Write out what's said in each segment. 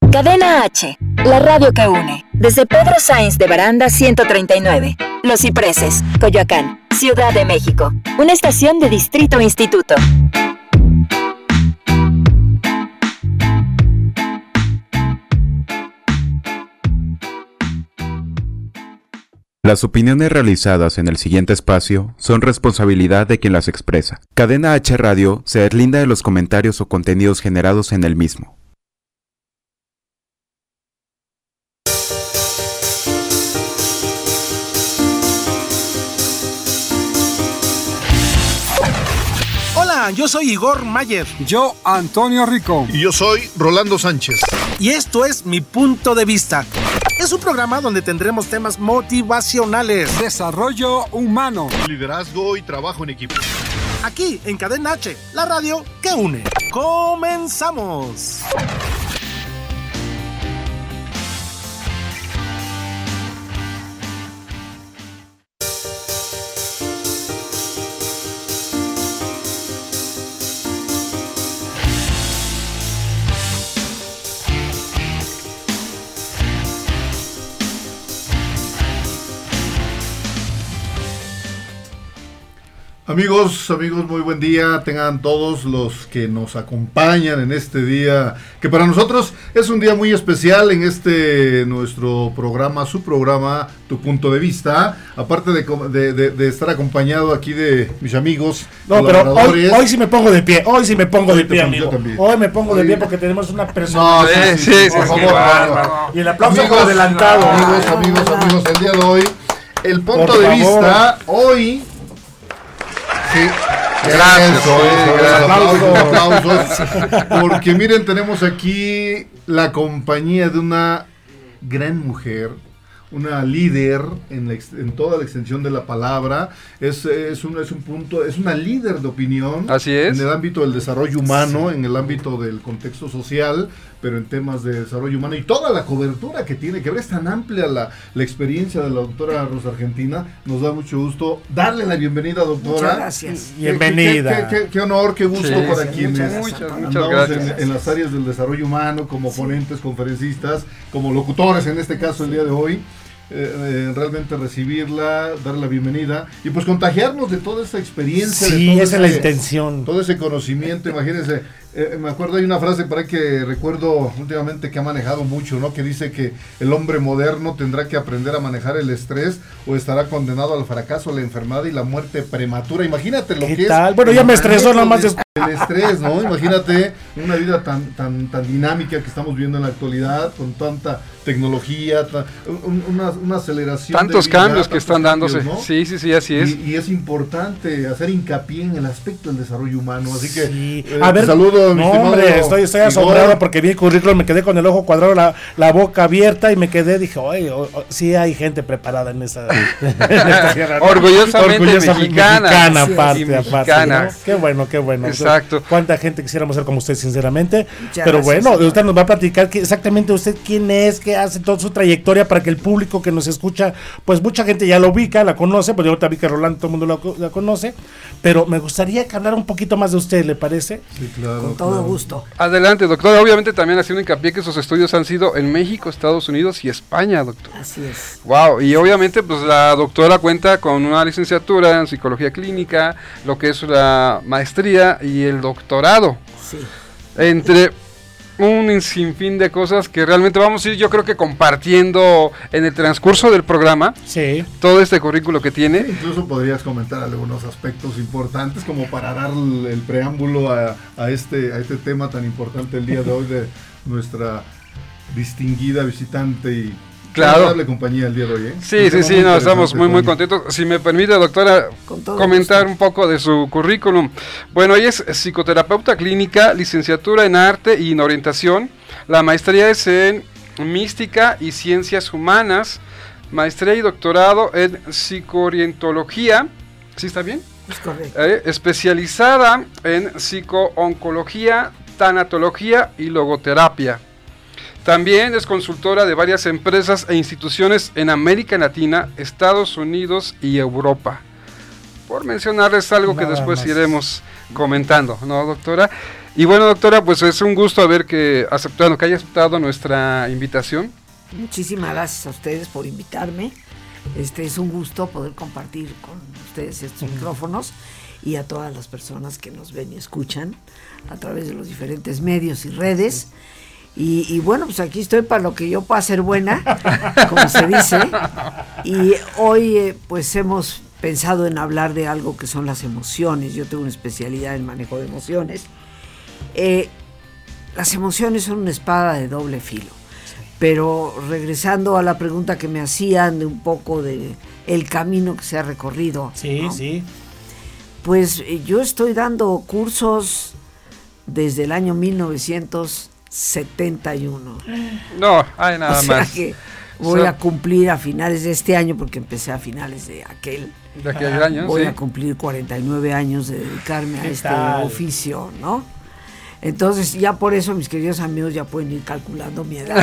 Cadena H, la radio que une. Desde Pedro Sainz de Baranda 139, Los Cipreses, Coyoacán, Ciudad de México. Una estación de Distrito Instituto. Las opiniones realizadas en el siguiente espacio son responsabilidad de quien las expresa. Cadena H Radio se deslinda de los comentarios o contenidos generados en el mismo. Hola, yo soy Igor Mayer. Yo, Antonio Rico. Y yo soy Rolando Sánchez. Y esto es Mi Punto de Vista. Es un programa donde tendremos temas motivacionales, desarrollo humano, liderazgo y trabajo en equipo. Aquí en Cadena H, la radio que une. ¡Comenzamos! Amigos, muy buen día, tengan todos los que nos acompañan en este día, que para nosotros es un día muy especial en nuestro programa, su programa, Tu Punto de Vista, aparte de estar acompañado aquí de mis amigos. No, pero hoy sí me pongo de pie, amigo. Hoy me pongo de pie porque tenemos una persona. Por favor. Y el aplauso por adelantado. Amigos, el día de hoy, el punto de vista, hoy... Sí, Gracias. Aplausos. Porque miren, tenemos aquí la compañía de una gran mujer, una líder en toda la extensión de la palabra. Es una líder de opinión. Así es. En el ámbito del desarrollo humano, en el ámbito del contexto social, pero en temas de desarrollo humano y toda la cobertura que tiene que ver. Es tan amplia la experiencia de la doctora Rosa Argentina. Nos da mucho gusto darle la bienvenida, doctora. Muchas gracias. Bienvenida. Qué honor, qué gusto para quienes muchas andamos gracias. en las áreas del desarrollo humano, como ponentes, conferencistas, como locutores en este caso el día de hoy. Realmente recibirla, darle la bienvenida y pues contagiarnos de toda esa experiencia. Sí, esa es la intención. Todo ese conocimiento, imagínense. Me acuerdo, hay una frase por ahí que recuerdo últimamente que ha manejado mucho, ¿no? Que dice que el hombre moderno tendrá que aprender a manejar el estrés o estará condenado al fracaso, la enfermedad y la muerte prematura. Imagínate lo que tal? es. Bueno, ya me estresó nomás. El estrés, ¿no? Imagínate una vida tan dinámica que estamos viendo en la actualidad, con tanta tecnología, una aceleración. Tantos cambios que están dándose, ¿no? Sí, así es. Y es importante hacer hincapié en el aspecto del desarrollo humano, así que sí. A ver, saludo, mi estimado estoy asombrado Igor. Porque vi el currículum, me quedé con el ojo cuadrado, la boca abierta y me quedé, dije, oye, sí hay gente preparada en esta tierra, ¿no? Orgullosamente mexicana, aparte, mexicana. ¿no? Qué bueno. Exacto. Cuánta gente quisiéramos ser como usted, sinceramente. Muchas pero gracias, bueno, señor. usted nos va a platicar exactamente usted quién es, qué hace, toda su trayectoria para que el público que nos escucha, pues mucha gente ya lo ubica, la conoce, pues yo ahorita vi que Rolando todo el mundo la conoce, pero me gustaría que hablara un poquito más de usted, ¿le parece? Sí, claro. Con todo gusto. Adelante, doctora. Obviamente también haciendo hincapié que sus estudios han sido en México, Estados Unidos y España, doctor. Así es. Wow, y obviamente pues la doctora cuenta con una licenciatura en psicología clínica, lo que es la maestría y el doctorado. Sí. Entre un sinfín de cosas que realmente vamos a ir, yo creo que compartiendo en el transcurso del programa. Sí. Todo este currículo que tiene. Sí, incluso podrías comentar algunos aspectos importantes como para dar el preámbulo a este tema tan importante el día de hoy de nuestra distinguida visitante y agradable compañía el día de hoy, ¿eh? Sí, estamos muy contentos. Si me permite, doctora, comentar un poco de su currículum. Bueno, ella es psicoterapeuta clínica, licenciatura en arte y en orientación. La maestría es en mística y ciencias humanas. Maestría y doctorado en psicoorientología. ¿Sí está bien? Es correcto. Especializada en psicooncología, tanatología y logoterapia. También es consultora de varias empresas e instituciones en América Latina, Estados Unidos y Europa. Por mencionarles algo que después iremos comentando, ¿no, doctora? Y bueno, doctora, pues es un gusto haber que haya aceptado nuestra invitación. Muchísimas gracias a ustedes por invitarme. Es un gusto poder compartir con ustedes estos micrófonos y a todas las personas que nos ven y escuchan a través de los diferentes medios y redes. Y bueno, pues aquí estoy para lo que yo pueda ser buena, como se dice. Y hoy pues hemos pensado en hablar de algo que son las emociones. Yo tengo una especialidad en manejo de emociones. Las emociones son una espada de doble filo. Pero regresando a la pregunta que me hacían de un poco de el camino que se ha recorrido. Sí, ¿no? Sí. Pues yo estoy dando cursos desde el año 1971. No, hay nada más. Que voy a cumplir a finales de este año, porque empecé a finales de aquel año. Voy a cumplir 49 años de dedicarme a este oficio, ¿no? Entonces, ya por eso, mis queridos amigos, ya pueden ir calculando mi edad.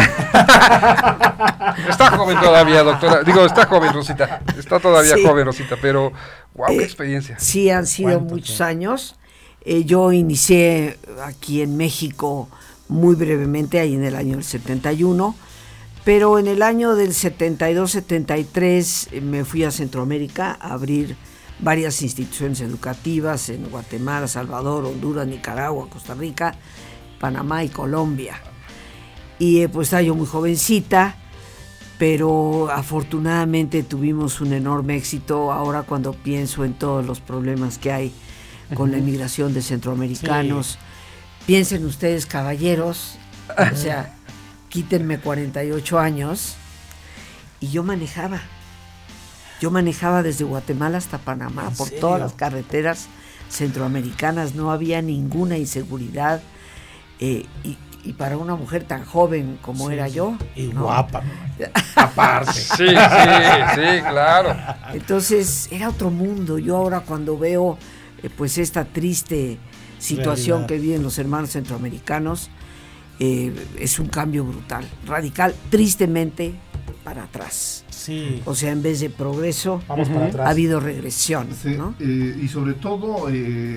Está joven todavía, doctora. Digo, está joven, Rosita. Está todavía joven, Rosita, pero wow, qué experiencia. Sí, han sido muchos años. Yo inicié aquí en México muy brevemente, ahí en el año del 71, pero en el año del 72-73 me fui a Centroamérica a abrir varias instituciones educativas en Guatemala, Salvador, Honduras, Nicaragua, Costa Rica, Panamá y Colombia. Y pues estaba yo muy jovencita, pero afortunadamente tuvimos un enorme éxito. Ahora cuando pienso en todos los problemas que hay con la inmigración de centroamericanos, piensen ustedes, caballeros, o sea, quítenme 48 años, y yo manejaba desde Guatemala hasta Panamá por todas las carreteras centroamericanas. No había ninguna inseguridad, y para una mujer tan joven como era yo. Y ¿no? Guapa, aparte. Sí, claro. Entonces era otro mundo. Yo ahora cuando veo pues esta triste situación que viven los hermanos centroamericanos, es un cambio brutal, radical, tristemente para atrás. Sí. O sea, en vez de progreso, para atrás. Ha habido regresión, sí, ¿no? Y sobre todo,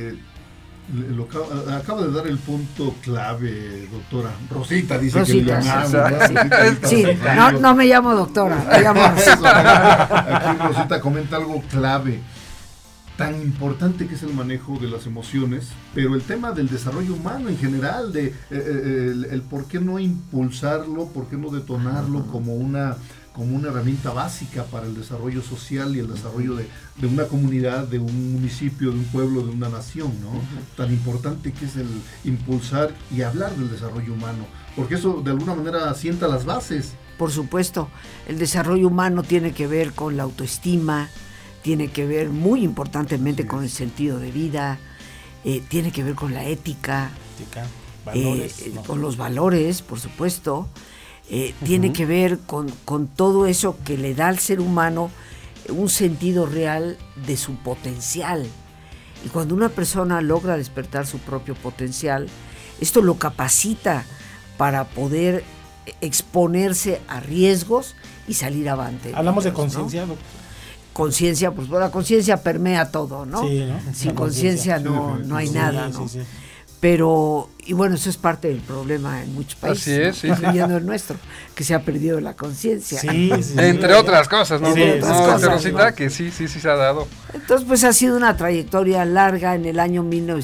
acaba de dar el punto clave, doctora. Rosita dice Rosita, que le llamamos. Sí, no me llamo doctora, me llamo Rosita. Aquí Rosita comenta algo clave, tan importante que es el manejo de las emociones, pero el tema del desarrollo humano en general, de el por qué no impulsarlo, por qué no detonarlo como una herramienta básica para el desarrollo social y el desarrollo de una comunidad, de un municipio, de un pueblo, de una nación, ¿no? Tan importante que es el impulsar y hablar del desarrollo humano, porque eso de alguna manera asienta las bases. Por supuesto, el desarrollo humano tiene que ver con la autoestima, tiene que ver muy importantemente con el sentido de vida, tiene que ver con la ética, valores, con los valores, por supuesto. Tiene que ver con todo eso que le da al ser humano un sentido real de su potencial. Y cuando una persona logra despertar su propio potencial, esto lo capacita para poder exponerse a riesgos y salir avante. Hablamos de conciencia, ¿no? Conciencia, pues la conciencia permea todo, ¿no? Sí, ¿no? Sin conciencia no hay nada, ¿no? Sí. Pero, y bueno, eso es parte del problema en muchos países, así es, incluyendo el nuestro, que se ha perdido la conciencia. Entre otras cosas, ¿no? Entre otras cosas, Rosita, que sí se ha dado. Entonces, pues ha sido una trayectoria larga. En el año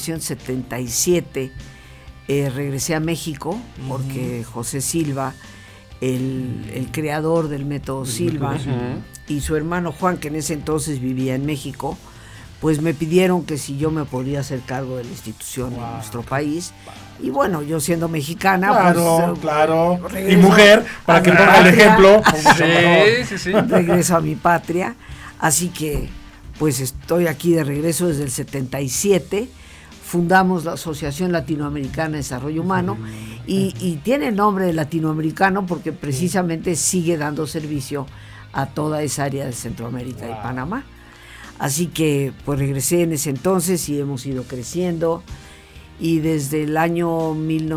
1977 regresé a México, porque José Silva, el creador del método Silva, y su hermano Juan, que en ese entonces vivía en México, pues me pidieron que si yo me podía hacer cargo de la institución en nuestro país. Y bueno, yo siendo mexicana, claro. Y mujer, para que ponga el ejemplo. Sí. Regreso a mi patria. Así que, pues estoy aquí de regreso desde el 77. Fundamos la Asociación Latinoamericana de Desarrollo Humano y tiene el nombre de latinoamericano porque precisamente sigue dando servicio a toda esa área de Centroamérica y Panamá. Así que pues regresé en ese entonces y hemos ido creciendo, y desde el año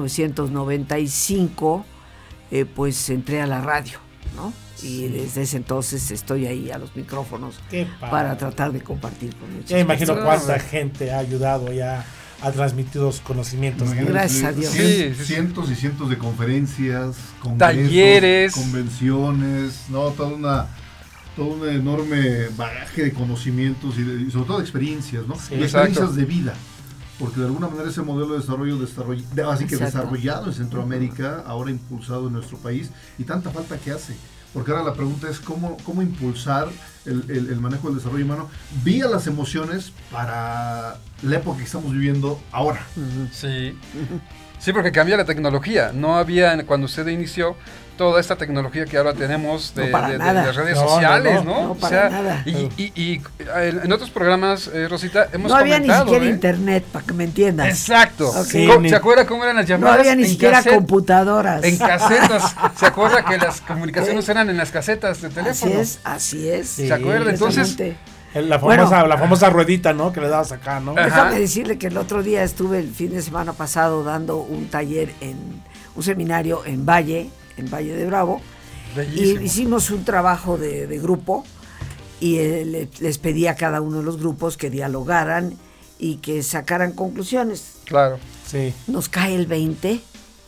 1995 pues entré a la radio, ¿no? Y desde ese entonces estoy ahí a los micrófonos para tratar de compartir con muchas imagino personas. cuánta gente ha ayudado ya ha transmitido sus conocimientos. Gracias a Dios. Cientos y cientos de conferencias, talleres, convenciones, no, todo un enorme bagaje de conocimientos y sobre todo de experiencias, ¿no? Sí, y experiencias de vida. Porque de alguna manera ese modelo de desarrollo así que desarrollado en Centroamérica, ahora impulsado en nuestro país, y tanta falta que hace. Porque ahora la pregunta es cómo impulsar el manejo del desarrollo humano vía las emociones para la época que estamos viviendo ahora. Sí. Sí, porque cambia la tecnología. No había, cuando usted inició, toda esta tecnología que ahora tenemos de redes sociales, ¿no? No, para nada. Y en otros programas, Rosita, hemos comentado... No había ni siquiera internet, para que me entiendas. Exacto. Okay. ¿Se acuerda cómo eran las llamadas? No había ni siquiera computadoras. En casetas. ¿Se acuerda que las comunicaciones eran en las casetas de teléfono? Así es. ¿Se acuerda? Entonces... La famosa ruedita, ¿no? Que le dabas acá, ¿no? Déjame decirle que el otro día estuve el fin de semana pasado dando un taller un seminario en Valle de Bravo. Bellísimo. Y hicimos un trabajo de grupo y les pedí a cada uno de los grupos que dialogaran y que sacaran conclusiones. Claro. Sí. Nos cae el 20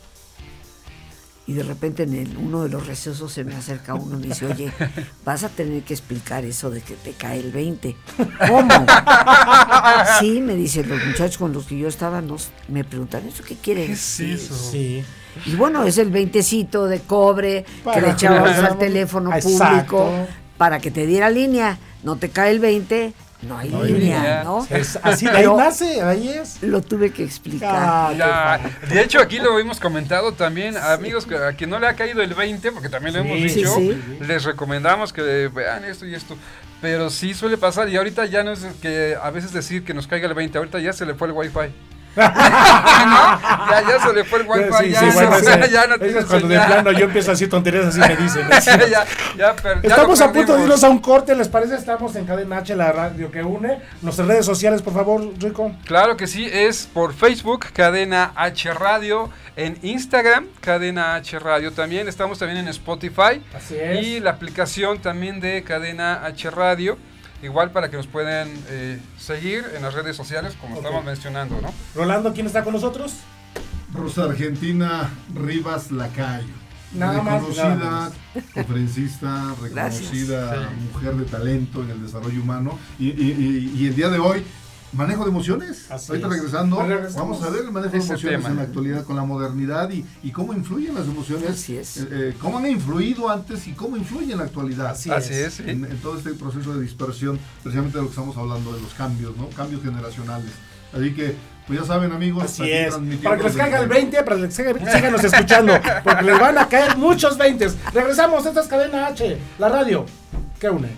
y de repente en uno de los recesos se me acerca uno y me dice, oye, vas a tener que explicar eso de que te cae el 20. ¿Cómo? Sí, me dice, los muchachos con los que yo estaba me preguntan, ¿eso qué quiere decir? ¿Qué es eso? Sí. Y bueno, es el 20cito de cobre que le echábamos al teléfono público para que te diera línea. No te cae el 20, no hay línea, ¿no? Es así, de ahí nace, ahí es. Lo tuve que explicar. De hecho, aquí lo hemos comentado también, amigos, a quien no le ha caído el 20, porque también lo hemos dicho, les recomendamos que vean esto y esto. Pero sí suele pasar, y ahorita ya no es que a veces decir que nos caiga el 20, ahorita ya se le fue el wifi. ¿No? Ya se le fue el wifi. Ya no tiene cuando de plano yo empiezo a decir tonterías, así me dicen. Estamos a punto de irnos a un corte, ¿les parece? Estamos en Cadena H, la radio que une. Nuestras redes sociales, por favor, Rico. Claro que sí, es por Facebook, Cadena H Radio, en Instagram, Cadena H Radio también. Estamos también en Spotify. Así es. Y la aplicación también de Cadena H Radio. Igual para que nos puedan seguir en las redes sociales, como estamos mencionando, ¿no? Rolando, ¿quién está con nosotros? Rosa Argentina Rivas Lacayo. Reconocida conferencista, reconocida mujer de talento en el desarrollo humano. Y el día de hoy, manejo de emociones. Ahorita regresando, vamos a ver el manejo de emociones en la actualidad con la modernidad y cómo influyen las emociones. Así es. Cómo han influido antes y cómo influyen en la actualidad. Así es. En todo este proceso de dispersión, precisamente de lo que estamos hablando, de los cambios, ¿no? Cambios generacionales. Así que, pues ya saben, amigos. Así es. Para que les caiga el 20, para que síganos escuchando, porque les van a caer muchos 20. Regresamos, esta es Cadena H, la radio que une.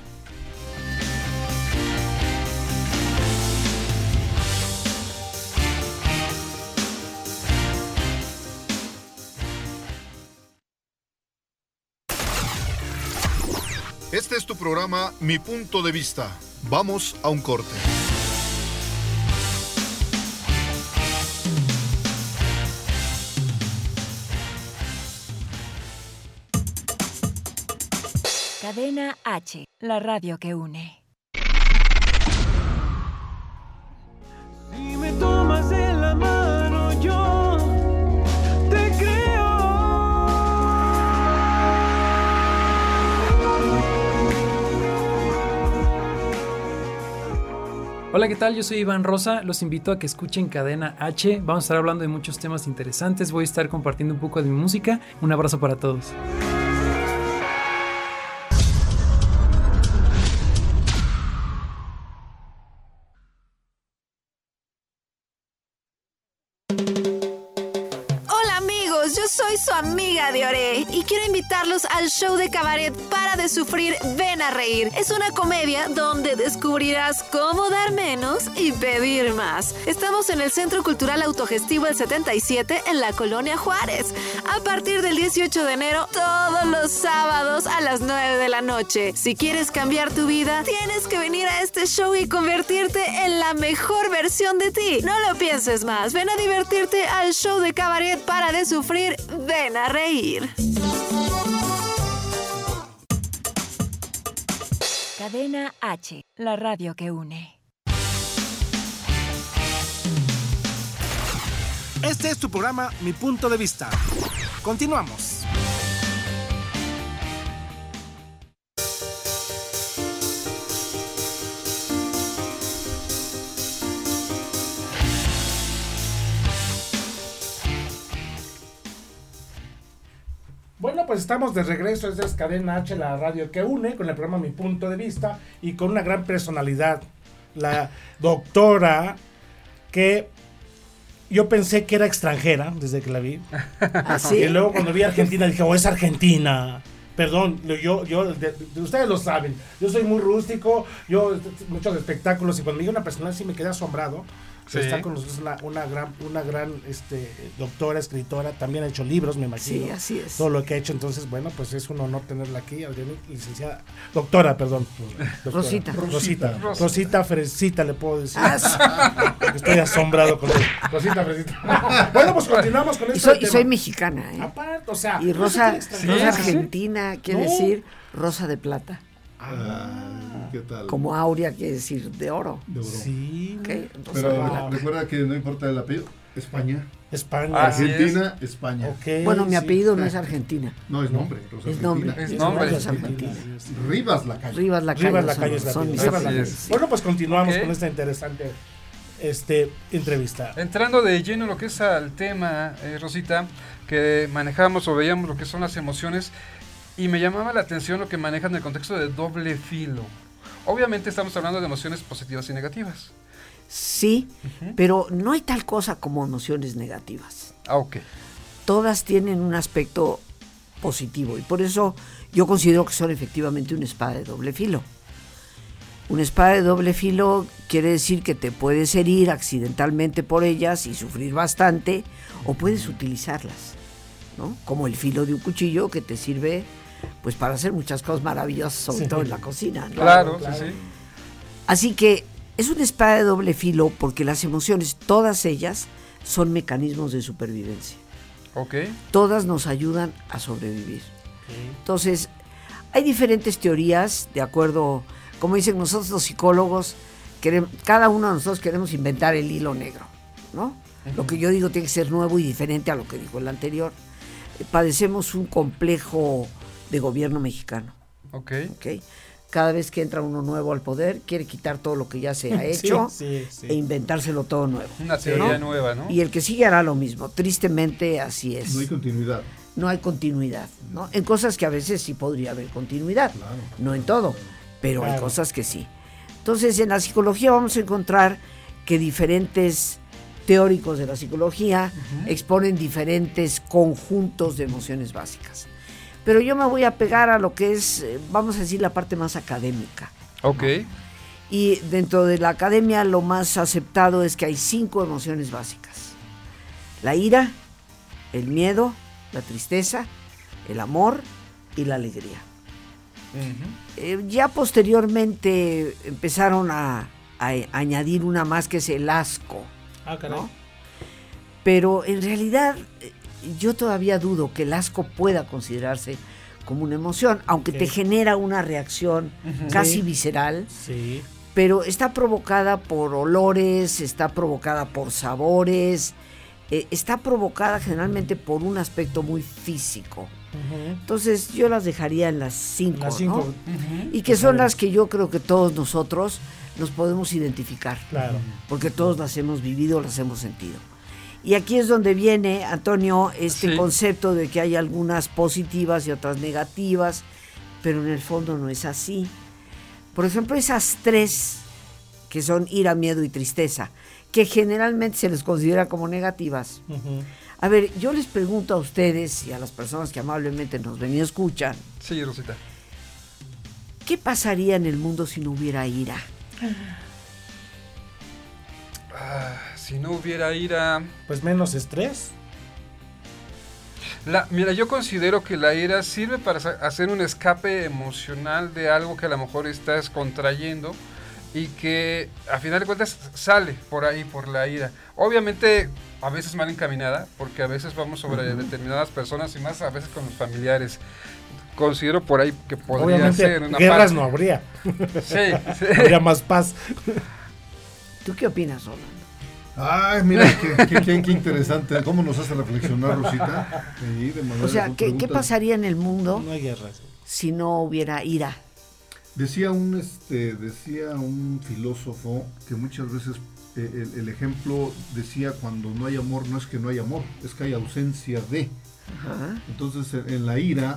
Este es tu programa Mi Punto de Vista. Vamos a un corte. Cadena H, la radio que une. Si me tomas de la mano, yo te creo. Hola, ¿qué tal? Yo soy Iván Rosa, los invito a que escuchen Cadena H, vamos a estar hablando de muchos temas interesantes, voy a estar compartiendo un poco de mi música, un abrazo para todos. Soy su amiga Dioré y quiero invitarlos al show de cabaret Para de Sufrir, Ven a Reír. Es una comedia donde descubrirás cómo dar menos y pedir más. Estamos en el Centro Cultural Autogestivo El 77 en la Colonia Juárez. A partir del 18 de enero, todos los sábados a las 9 de la noche. Si quieres cambiar tu vida, tienes que venir a este show y convertirte en la mejor versión de ti. No lo pienses más. Ven a divertirte al show de cabaret Para de Sufrir, Ven a Reír. Cadena H, la radio que une. Este es tu programa Mi Punto de Vista. Continuamos. Bueno, pues estamos de regreso. Esta es Cadena H, la radio que une, con el programa Mi Punto de Vista y con una gran personalidad, la doctora, que yo pensé que era extranjera desde que la vi. ¿Así? Y luego cuando vi a Argentina dije, es Argentina. Perdón, ustedes lo saben, yo soy muy rústico, muchos espectáculos, y cuando me vi una persona así me quedé asombrado. Sí. Está con nosotros una gran doctora, escritora, también ha hecho libros, me imagino. Sí, así es. Todo lo que ha hecho, entonces, bueno, pues es un honor tenerla aquí, Adriana, licenciada, doctora, Rosita Fresita, le puedo decir. Estoy asombrado con Rosita Fresita. Bueno, pues continuamos con esto. Y soy mexicana, ¿eh? Aparte, o sea. Y Rosa argentina, quiere decir rosa de plata. ¿Qué tal? Como áurea quiere decir de oro. Sí. Okay, pero recuerda que no importa el apellido. España. Argentina, España. Okay, bueno, mi apellido no es Argentina. No, es nombre. Es nombre. Rivas Lacayo. Rivas Lacayo son mis apellidos. Bueno, pues continuamos con esta interesante entrevista. Entrando de lleno lo que es al tema, Rosita, que manejamos o veíamos lo que son las emociones, y me llamaba la atención lo que manejan en el contexto de doble filo. Obviamente estamos hablando de emociones positivas y negativas. Sí, pero no hay tal cosa como emociones negativas. Ok. Todas tienen un aspecto positivo, y por eso yo considero que son efectivamente una espada de doble filo. Una espada de doble filo quiere decir que te puedes herir accidentalmente por ellas y sufrir bastante, o puedes utilizarlas, ¿no? Como el filo de un cuchillo que te sirve pues para hacer muchas cosas maravillosas, sobre todo en la cocina, ¿no? Claro. Sí. Así que es una espada de doble filo porque las emociones, todas ellas, son mecanismos de supervivencia. Okay. Todas nos ayudan a sobrevivir. Entonces, hay diferentes teorías, de acuerdo, como dicen nosotros los psicólogos, cada uno de nosotros queremos inventar el hilo negro, ¿no? Lo que yo digo tiene que ser nuevo y diferente a lo que dijo el anterior. Padecemos un complejo de gobierno mexicano. Okay. Cada vez que entra uno nuevo al poder, quiere quitar todo lo que ya se ha hecho e inventárselo todo nuevo. Una teoría nueva, ¿no? Y el que sigue hará lo mismo. Tristemente, así es. No hay continuidad. No hay continuidad, ¿no? En cosas que a veces sí podría haber continuidad. Claro. No en todo, pero hay cosas que sí. Entonces, en la psicología vamos a encontrar que diferentes teóricos de la psicología exponen diferentes conjuntos de emociones básicas. Pero yo me voy a pegar a lo que es, vamos a decir, la parte más académica. Ok. Y dentro de la academia lo más aceptado es que hay 5 emociones básicas. La ira, el miedo, la tristeza, el amor y la alegría. Ya posteriormente empezaron a añadir una más, que es el asco. ¿No? Pero en realidad yo todavía dudo que el asco pueda considerarse como una emoción, aunque te genera una reacción casi visceral, pero está provocada por olores, está provocada por sabores, está provocada generalmente por un aspecto muy físico. Entonces yo las dejaría en las 5, ¿no? Y que son las que yo creo que todos nosotros nos podemos identificar, porque todos las hemos vivido, las hemos sentido. Y aquí es donde viene, Antonio, concepto de que hay algunas positivas y otras negativas, pero en el fondo no es así. Por ejemplo, esas 3 que son ira, miedo y tristeza, que generalmente se les considera como negativas. A ver, yo les pregunto a ustedes y a las personas que amablemente nos ven y escuchan. Sí, Rosita. ¿Qué pasaría en el mundo si no hubiera ira? Si no hubiera ira... Pues menos estrés. Mira, yo considero que la ira sirve para hacer un escape emocional de algo que a lo mejor estás contrayendo y que a final de cuentas sale por ahí, por la ira. Obviamente a veces mal encaminada, porque a veces vamos sobre determinadas personas y más a veces con los familiares. Considero por ahí que podría Obviamente, ser una guerras parte. No habría. Sí. Habría más paz. ¿Tú qué opinas, Rolando? Ay, mira, qué interesante. ¿Cómo nos hace reflexionar, Rosita? Sí, o sea, ¿qué pasaría en el mundo No hay guerras. si no hubiera ira? Decía un filósofo que muchas veces el ejemplo decía, cuando no hay amor, no es que no hay amor, es que hay ausencia de. Ajá. Entonces, en la ira,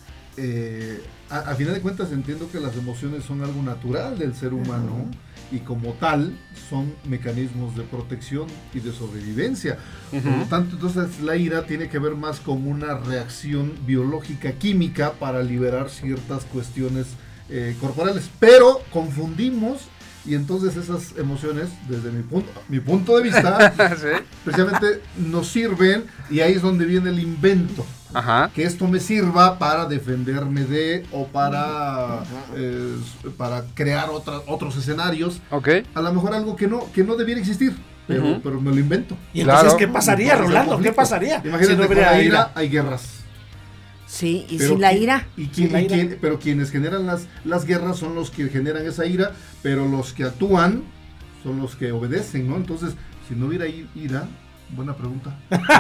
a final de cuentas entiendo que las emociones son algo natural del ser humano, y como tal son mecanismos de protección y de sobrevivencia. Por lo tanto, entonces la ira tiene que ver más con una reacción biológica, química, para liberar ciertas cuestiones corporales, pero confundimos, y entonces esas emociones, desde mi punto de vista, ¿Sí? precisamente nos sirven, y ahí es donde viene el invento. Ajá. Que esto me sirva para defenderme de, o para crear otros escenarios. Okay. A lo mejor algo que no debiera existir, pero me lo invento. ¿Y entonces Claro. qué pasaría, Rolando? ¿Qué pasaría? Imagínate, si no con hubiera la ira hay guerras. Sí, y Pero sin la ira. Pero quienes generan las guerras son los que generan esa ira, pero los que actúan son los que obedecen, ¿no? Entonces, si no hubiera ira, buena pregunta.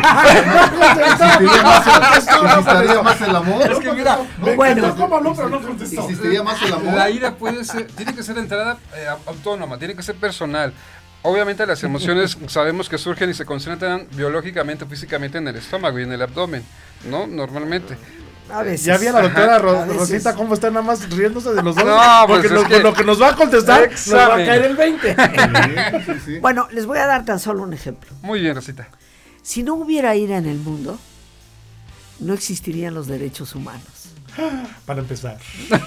¿Existiría más el amor? Es que mira, Bueno. ¿Cómo no? Pero no contestó. ¿Existiría más el amor? la ira tiene que ser de entrada autónoma, tiene que ser personal. Obviamente las emociones sabemos que surgen y se concentran biológicamente, físicamente en el estómago y en el abdomen, ¿no? Normalmente. A veces. Ya vi a la doctora a veces. Rosita cómo está nada más riéndose de los dos. No, pues porque es que- lo que nos va a contestar nos va a Examen. caer el 20. Sí. Bueno, les voy a dar tan solo un ejemplo. Muy bien, Rosita. Si no hubiera ira en el mundo, no existirían los derechos humanos. Para empezar.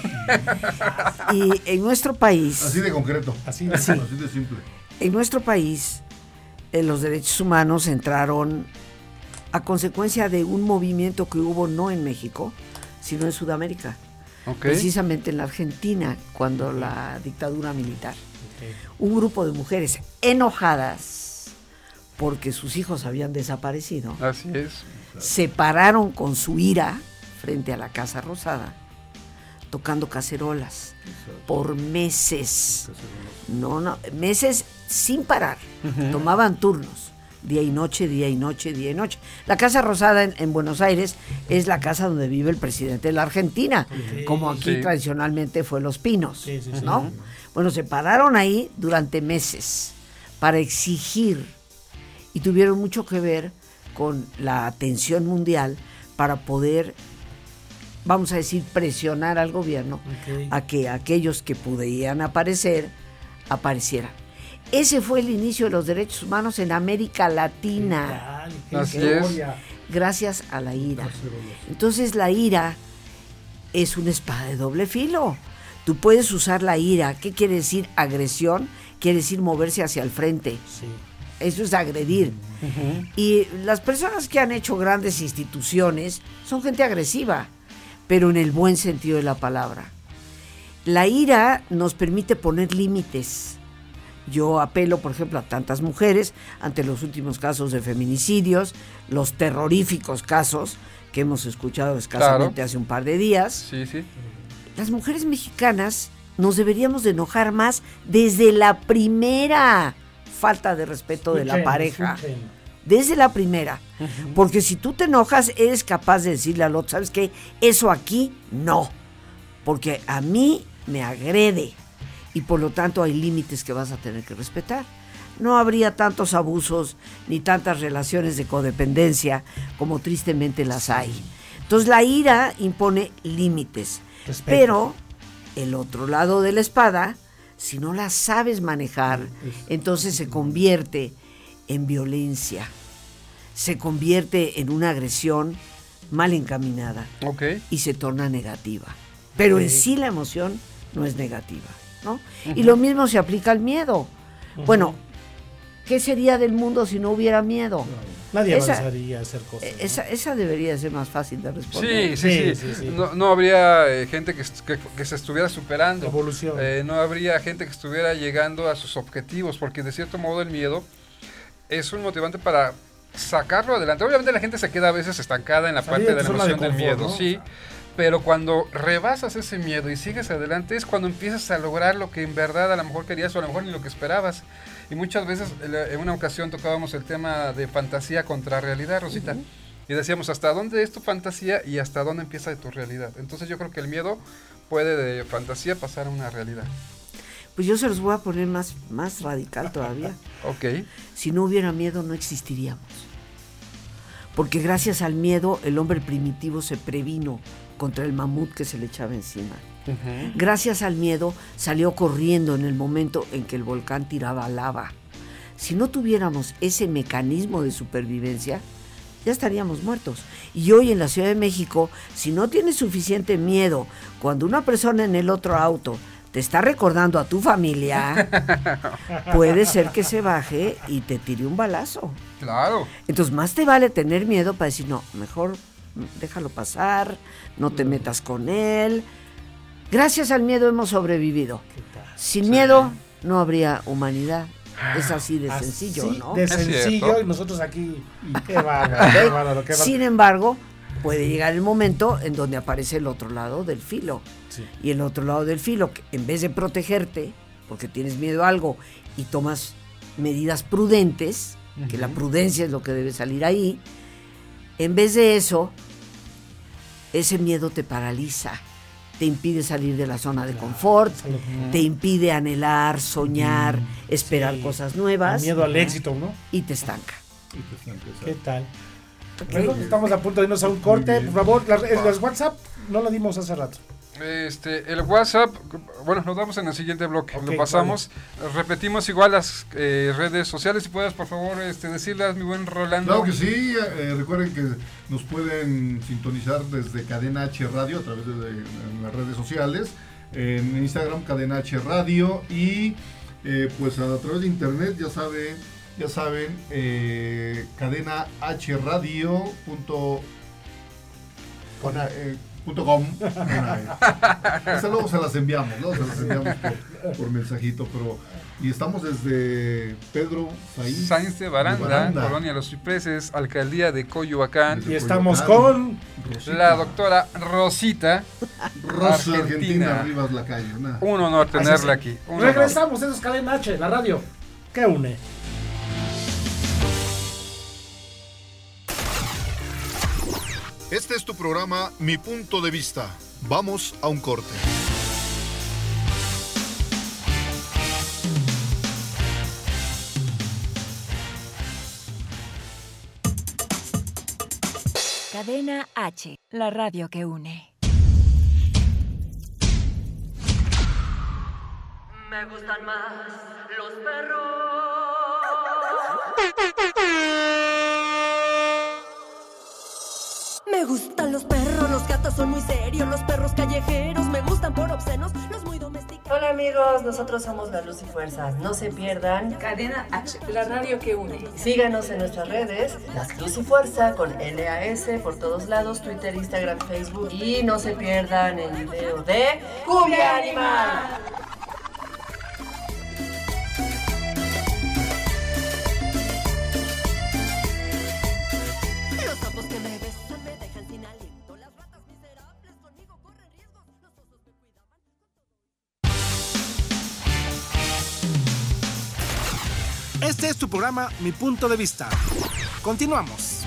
Y en nuestro país, Así de concreto. Así Sí. Así de simple. en nuestro país, los derechos humanos entraron a consecuencia de un movimiento que hubo no en México, sino en Sudamérica. Ok. Precisamente en la Argentina, cuando la dictadura militar. Un grupo de mujeres enojadas porque sus hijos habían desaparecido, Así es. se pararon con su ira frente a la Casa Rosada, tocando cacerolas por meses. Meses sin parar. Tomaban turnos, día y noche, día y noche, día y noche. La Casa Rosada en Buenos Aires es la casa donde vive el presidente de la Argentina, como aquí Sí. tradicionalmente fue Los Pinos, Sí, sí, sí. ¿no? Bueno, se pararon ahí durante meses para exigir, y tuvieron mucho que ver con la atención mundial para poder, vamos a decir, presionar al gobierno Ok. a que aquellos que pudieran aparecer, aparecieran. Ese fue el inicio de los derechos humanos en América Latina, Así es. gracias a la ira. Entonces la ira es una espada de doble filo. Tú puedes usar la ira. ¿Qué quiere decir agresión? Quiere decir moverse hacia el frente. Sí. Eso es agredir. Y las personas que han hecho grandes instituciones son gente agresiva, pero en el buen sentido de la palabra. La ira nos permite poner límites. Yo apelo, por ejemplo, a tantas mujeres ante los últimos casos de feminicidios, los terroríficos casos que hemos escuchado escasamente hace un par de días. Sí, sí. Las mujeres mexicanas nos deberíamos de enojar más desde la primera falta de respeto de la pareja. Desde la primera. Porque si tú te enojas, eres capaz de decirle al otro, ¿sabes qué? Eso aquí no. Porque a mí me agrede. Y por lo tanto hay límites que vas a tener que respetar. No habría tantos abusos ni tantas relaciones de codependencia como tristemente las hay. Entonces la ira impone límites. Respeto. Pero el otro lado de la espada, si no la sabes manejar, entonces se convierte en violencia. Se convierte en una agresión mal encaminada Ok. y se torna negativa. Pero en sí la emoción no es negativa, ¿no? Y lo mismo se aplica al miedo. Bueno, ¿qué sería del mundo si no hubiera miedo? Nadie Esa- avanzaría a hacer cosas. ¿no? Esa debería ser más fácil de responder. Sí. No habría gente que se estuviera superando. Evolución. No habría gente que estuviera llegando a sus objetivos, porque de cierto modo el miedo es un motivante para sacarlo adelante. Obviamente la gente se queda a veces estancada en la Salir parte de de tu la zona de emoción del confort, miedo, ¿no? sí. Pero cuando rebasas ese miedo y sigues adelante es cuando empiezas a lograr lo que en verdad a lo mejor querías o a lo mejor ni lo que esperabas. Y muchas veces, en una ocasión tocábamos el tema de fantasía contra realidad, Rosita. Y decíamos, ¿hasta dónde es tu fantasía y hasta dónde empieza tu realidad? Entonces yo creo que el miedo puede de fantasía pasar a una realidad. Pues yo se los voy a poner más radical todavía. Ok. Si no hubiera miedo, no existiríamos. Porque gracias al miedo, el hombre primitivo se previno contra el mamut que se le echaba encima. Uh-huh. Gracias al miedo, salió corriendo en el momento en que el volcán tiraba lava. Si no tuviéramos ese mecanismo de supervivencia, ya estaríamos muertos. Y hoy en la Ciudad de México, si no tienes suficiente miedo, cuando una persona en el otro auto te está recordando a tu familia, puede ser que se baje y te tire un balazo. Claro. Entonces más te vale tener miedo para decir, no, mejor déjalo pasar, no te metas con él. Gracias al miedo hemos sobrevivido. Sin miedo no habría humanidad. Es así de sencillo, ¿no? De sencillo, y nosotros aquí, qué bárbaro. Sin embargo, puede llegar el momento en donde aparece el otro lado del filo. Sí. Y el otro lado del filo, que en vez de protegerte, porque tienes miedo a algo y tomas medidas prudentes, uh-huh, que la prudencia es lo que debe salir ahí, en vez de eso, ese miedo te paraliza. Te impide salir de la zona de confort, te impide anhelar, soñar, esperar cosas nuevas. El miedo al éxito, ¿no? Y te estanca. ¿Qué tal? Okay. Bueno, estamos a punto de irnos a un corte. Por favor, los WhatsApp no lo dimos hace rato. El WhatsApp, bueno, lo damos en el siguiente bloque, okay, lo pasamos, vale. Repetimos igual las redes sociales, si puedes por favor decirlas, mi buen Rolando. Claro que sí, recuerden que nos pueden sintonizar desde Cadena H Radio a través de las redes sociales, en Instagram Cadena H Radio y pues a través de internet, ya saben, Cadena H Radio .com. Luego se las enviamos, ¿no? Se las enviamos por mensajito, y estamos desde Pedro Sainz de Baranda, Colonia Los Cipreses, Alcaldía de Coyoacán. Y estamos con la doctora Rosita Rosa Argentina Rivas Lacayo. Un honor tenerla aquí. Regresamos, eso es Cadena H, la radio que une. Este es tu programa Mi Punto de Vista. Vamos a un corte. Cadena H, la radio que une. Me gustan más los perros. Me gustan los perros, los gatos son muy serios, los perros callejeros me gustan por obscenos, los muy domesticados. Hola amigos, nosotros somos La Luz y Fuerza, no se pierdan Cadena H, la radio que une. Síganos en nuestras redes, La Luz y Fuerza con LAS por todos lados, Twitter, Instagram, Facebook y no se pierdan el video de Cumbia Animal. Este es tu programa Mi Punto de Vista. Continuamos.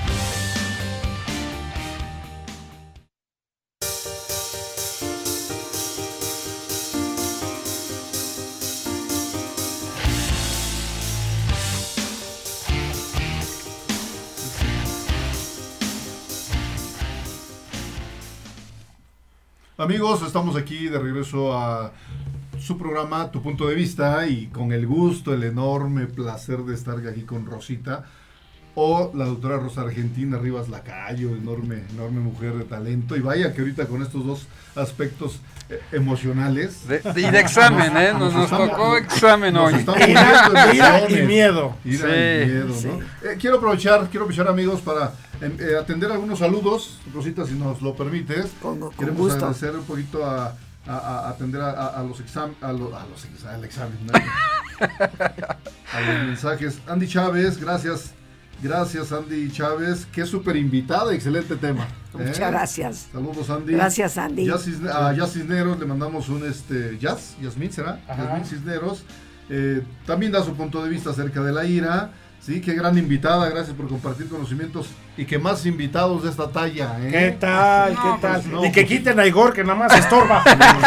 Amigos, estamos aquí de regreso a su programa Tu Punto de Vista y con el gusto, el enorme placer de estar aquí con Rosita o la doctora Rosa Argentina Rivas Lacayo, enorme mujer de talento, y vaya que ahorita con estos dos aspectos emocionales y de examen, nos tocó examen hoy. Ira y miedo. ¿No? Quiero aprovechar amigos para atender algunos saludos, Rosita, si nos lo permites. Queremos gusto. Agradecer un poquito a atender a los exámenes, al examen, ¿no? A los mensajes. Andy Chávez, gracias Gracias, Sandy Chávez. Qué súper invitada, excelente tema. Muchas gracias. Saludos, Sandy. Gracias, Sandy. A Jazz Cisneros le mandamos un Yasmín, ¿será? Yasmín Cisneros. También da su punto de vista acerca de la ira. Sí, qué gran invitada, gracias por compartir conocimientos y que más invitados de esta talla. ¿Qué tal? No, ¿Qué tal? pues no, y que quiten a Igor, que nada más estorba.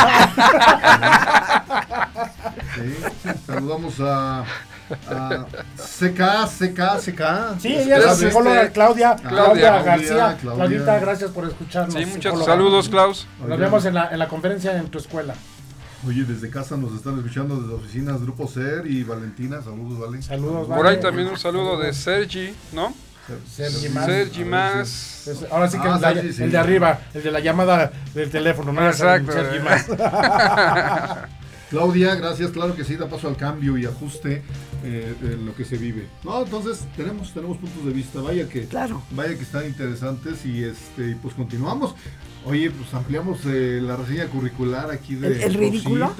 Sí, saludamos a CK. Sí, ella es psicóloga, Claudia García. Claudia. Claudita, gracias por escucharnos. Sí, muchos saludos, Klaus. Nos vemos en la conferencia en tu escuela. Oye, desde casa nos están escuchando desde oficinas Grupo SER y Valentina, saludos, Vale. Saludos, Por ahí también un saludo de Sergi, ¿no? Sergi Más. Ahora sí que el de arriba, el de la llamada del teléfono, ¿no? Exacto. Sergi Más. Claudia, gracias, claro que sí, da paso al cambio y ajuste en lo que se vive. No, entonces tenemos puntos de vista, vaya que están interesantes y pues continuamos. Oye, pues ampliamos la reseña curricular aquí de ¿El ridículo?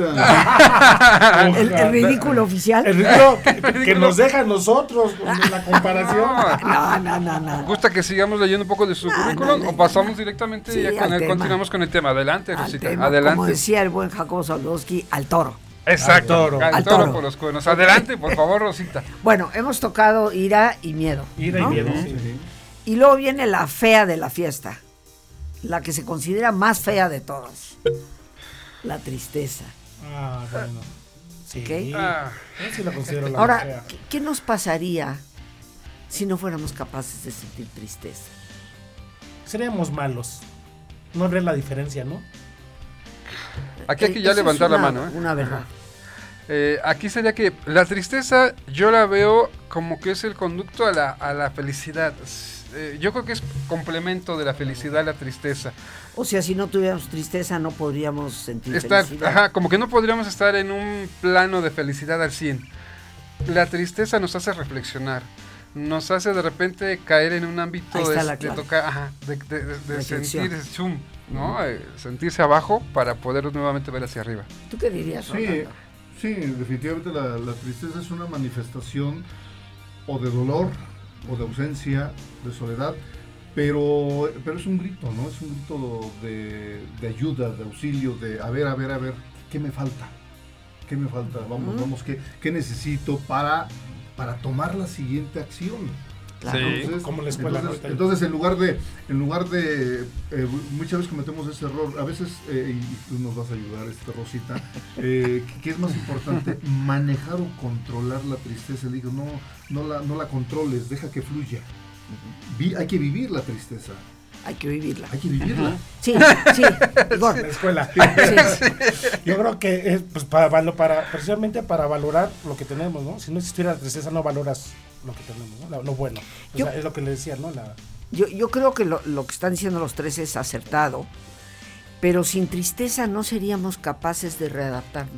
¿El ridículo oficial? El ridículo que nos deja a nosotros con la comparación. No. ¿Gusta que sigamos leyendo un poco de su currículum o pasamos directamente ya con él? Continuamos con el tema. Adelante, Rosita. Adelante. Como decía el buen Jacobo Zabludowski, al toro. Exacto. Al toro por los cuernos. Adelante, por favor, Rosita. Bueno, hemos tocado ira y miedo. Ira y miedo, sí. Y luego viene la fea de la fiesta. La que se considera más fea de todas. La tristeza. Bueno. Sí. ¿Okay? Yo sí la considero la Ahora, más fea. ¿qué nos pasaría si no fuéramos capaces de sentir tristeza? Seríamos malos. No habría la diferencia, ¿no? Aquí hay que ya levantar la mano. Una verdad. Aquí sería que la tristeza yo la veo como que es el conducto a la felicidad. Yo creo que es complemento de la felicidad la tristeza. O sea, si no tuviéramos tristeza no podríamos sentir felicidad. Como que no podríamos estar en un plano de felicidad al 100. La tristeza nos hace reflexionar, nos hace de repente caer en un ámbito de tocar, de sentir zoom, ¿no? Sentirse abajo para poder nuevamente ver hacia arriba. ¿Tú qué dirías, Rolando? Sí, definitivamente la tristeza es una manifestación o de dolor o de ausencia, de soledad, pero es un grito, ¿no? Es un grito de ayuda, de auxilio, de a ver, ¿qué me falta? ¿Qué me falta? Vamos, ¿qué necesito para tomar la siguiente acción? Claro. Sí, entonces, como en la escuela. Entonces en lugar de muchas veces cometemos ese error, a veces, y tú nos vas a ayudar, Rosita, que es más importante manejar o controlar la tristeza. Le digo, no la controles, deja que fluya. Hay que vivir la tristeza. Hay que vivirla. Sí. Igor. La escuela. Sí. Yo creo que es pues, precisamente para valorar lo que tenemos, ¿no? Si no existiera la tristeza no valoras lo que tenemos, ¿no? Lo bueno. Es lo que le decía, ¿no? Yo creo que lo que están diciendo los tres es acertado, pero sin tristeza no seríamos capaces de readaptarnos.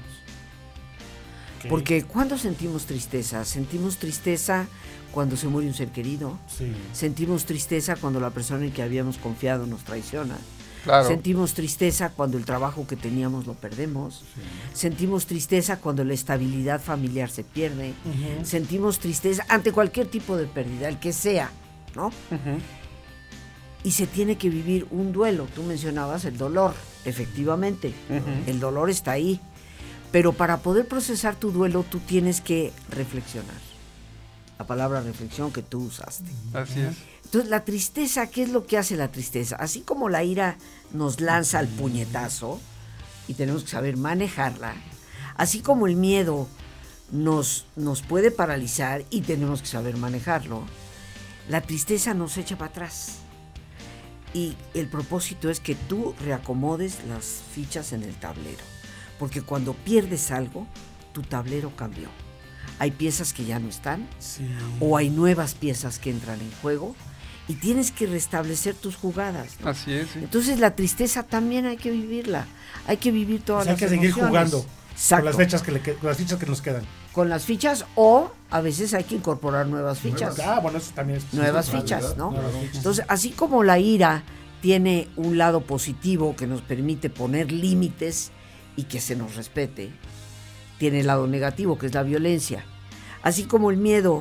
Okay. Porque ¿cuándo sentimos tristeza? Sentimos tristeza cuando se muere un ser querido. Sí. Sentimos tristeza cuando la persona en que habíamos confiado nos traiciona. Claro. Sentimos tristeza cuando el trabajo que teníamos lo perdemos. Sí. Sentimos tristeza cuando la estabilidad familiar se pierde. Uh-huh. Sentimos tristeza ante cualquier tipo de pérdida, el que sea, ¿no? Uh-huh. Y se tiene que vivir un duelo. Tú mencionabas el dolor, efectivamente. Uh-huh. El dolor está ahí. Pero para poder procesar tu duelo, tú tienes que reflexionar. La palabra reflexión que tú usaste. Así es. Entonces, la tristeza, ¿qué es lo que hace la tristeza? Así como la ira nos lanza el puñetazo y tenemos que saber manejarla, así como el miedo nos puede paralizar y tenemos que saber manejarlo, la tristeza nos echa para atrás. Y el propósito es que tú reacomodes las fichas en el tablero. Porque cuando pierdes algo, tu tablero cambió. Hay piezas que ya no están, sí, o hay nuevas piezas que entran en juego y tienes que restablecer tus jugadas, ¿no? Así es, sí. Entonces la tristeza también hay que vivirla, hay que vivir todas las emociones. Hay que seguir jugando. Exacto. Con las fichas que nos quedan. Con las fichas, o a veces hay que incorporar nuevas fichas. Bueno, eso también es nuevas fichas, ¿no? Entonces, así como la ira tiene un lado positivo que nos permite poner límites y que se nos respete, tiene el lado negativo, que es la violencia. Así como el miedo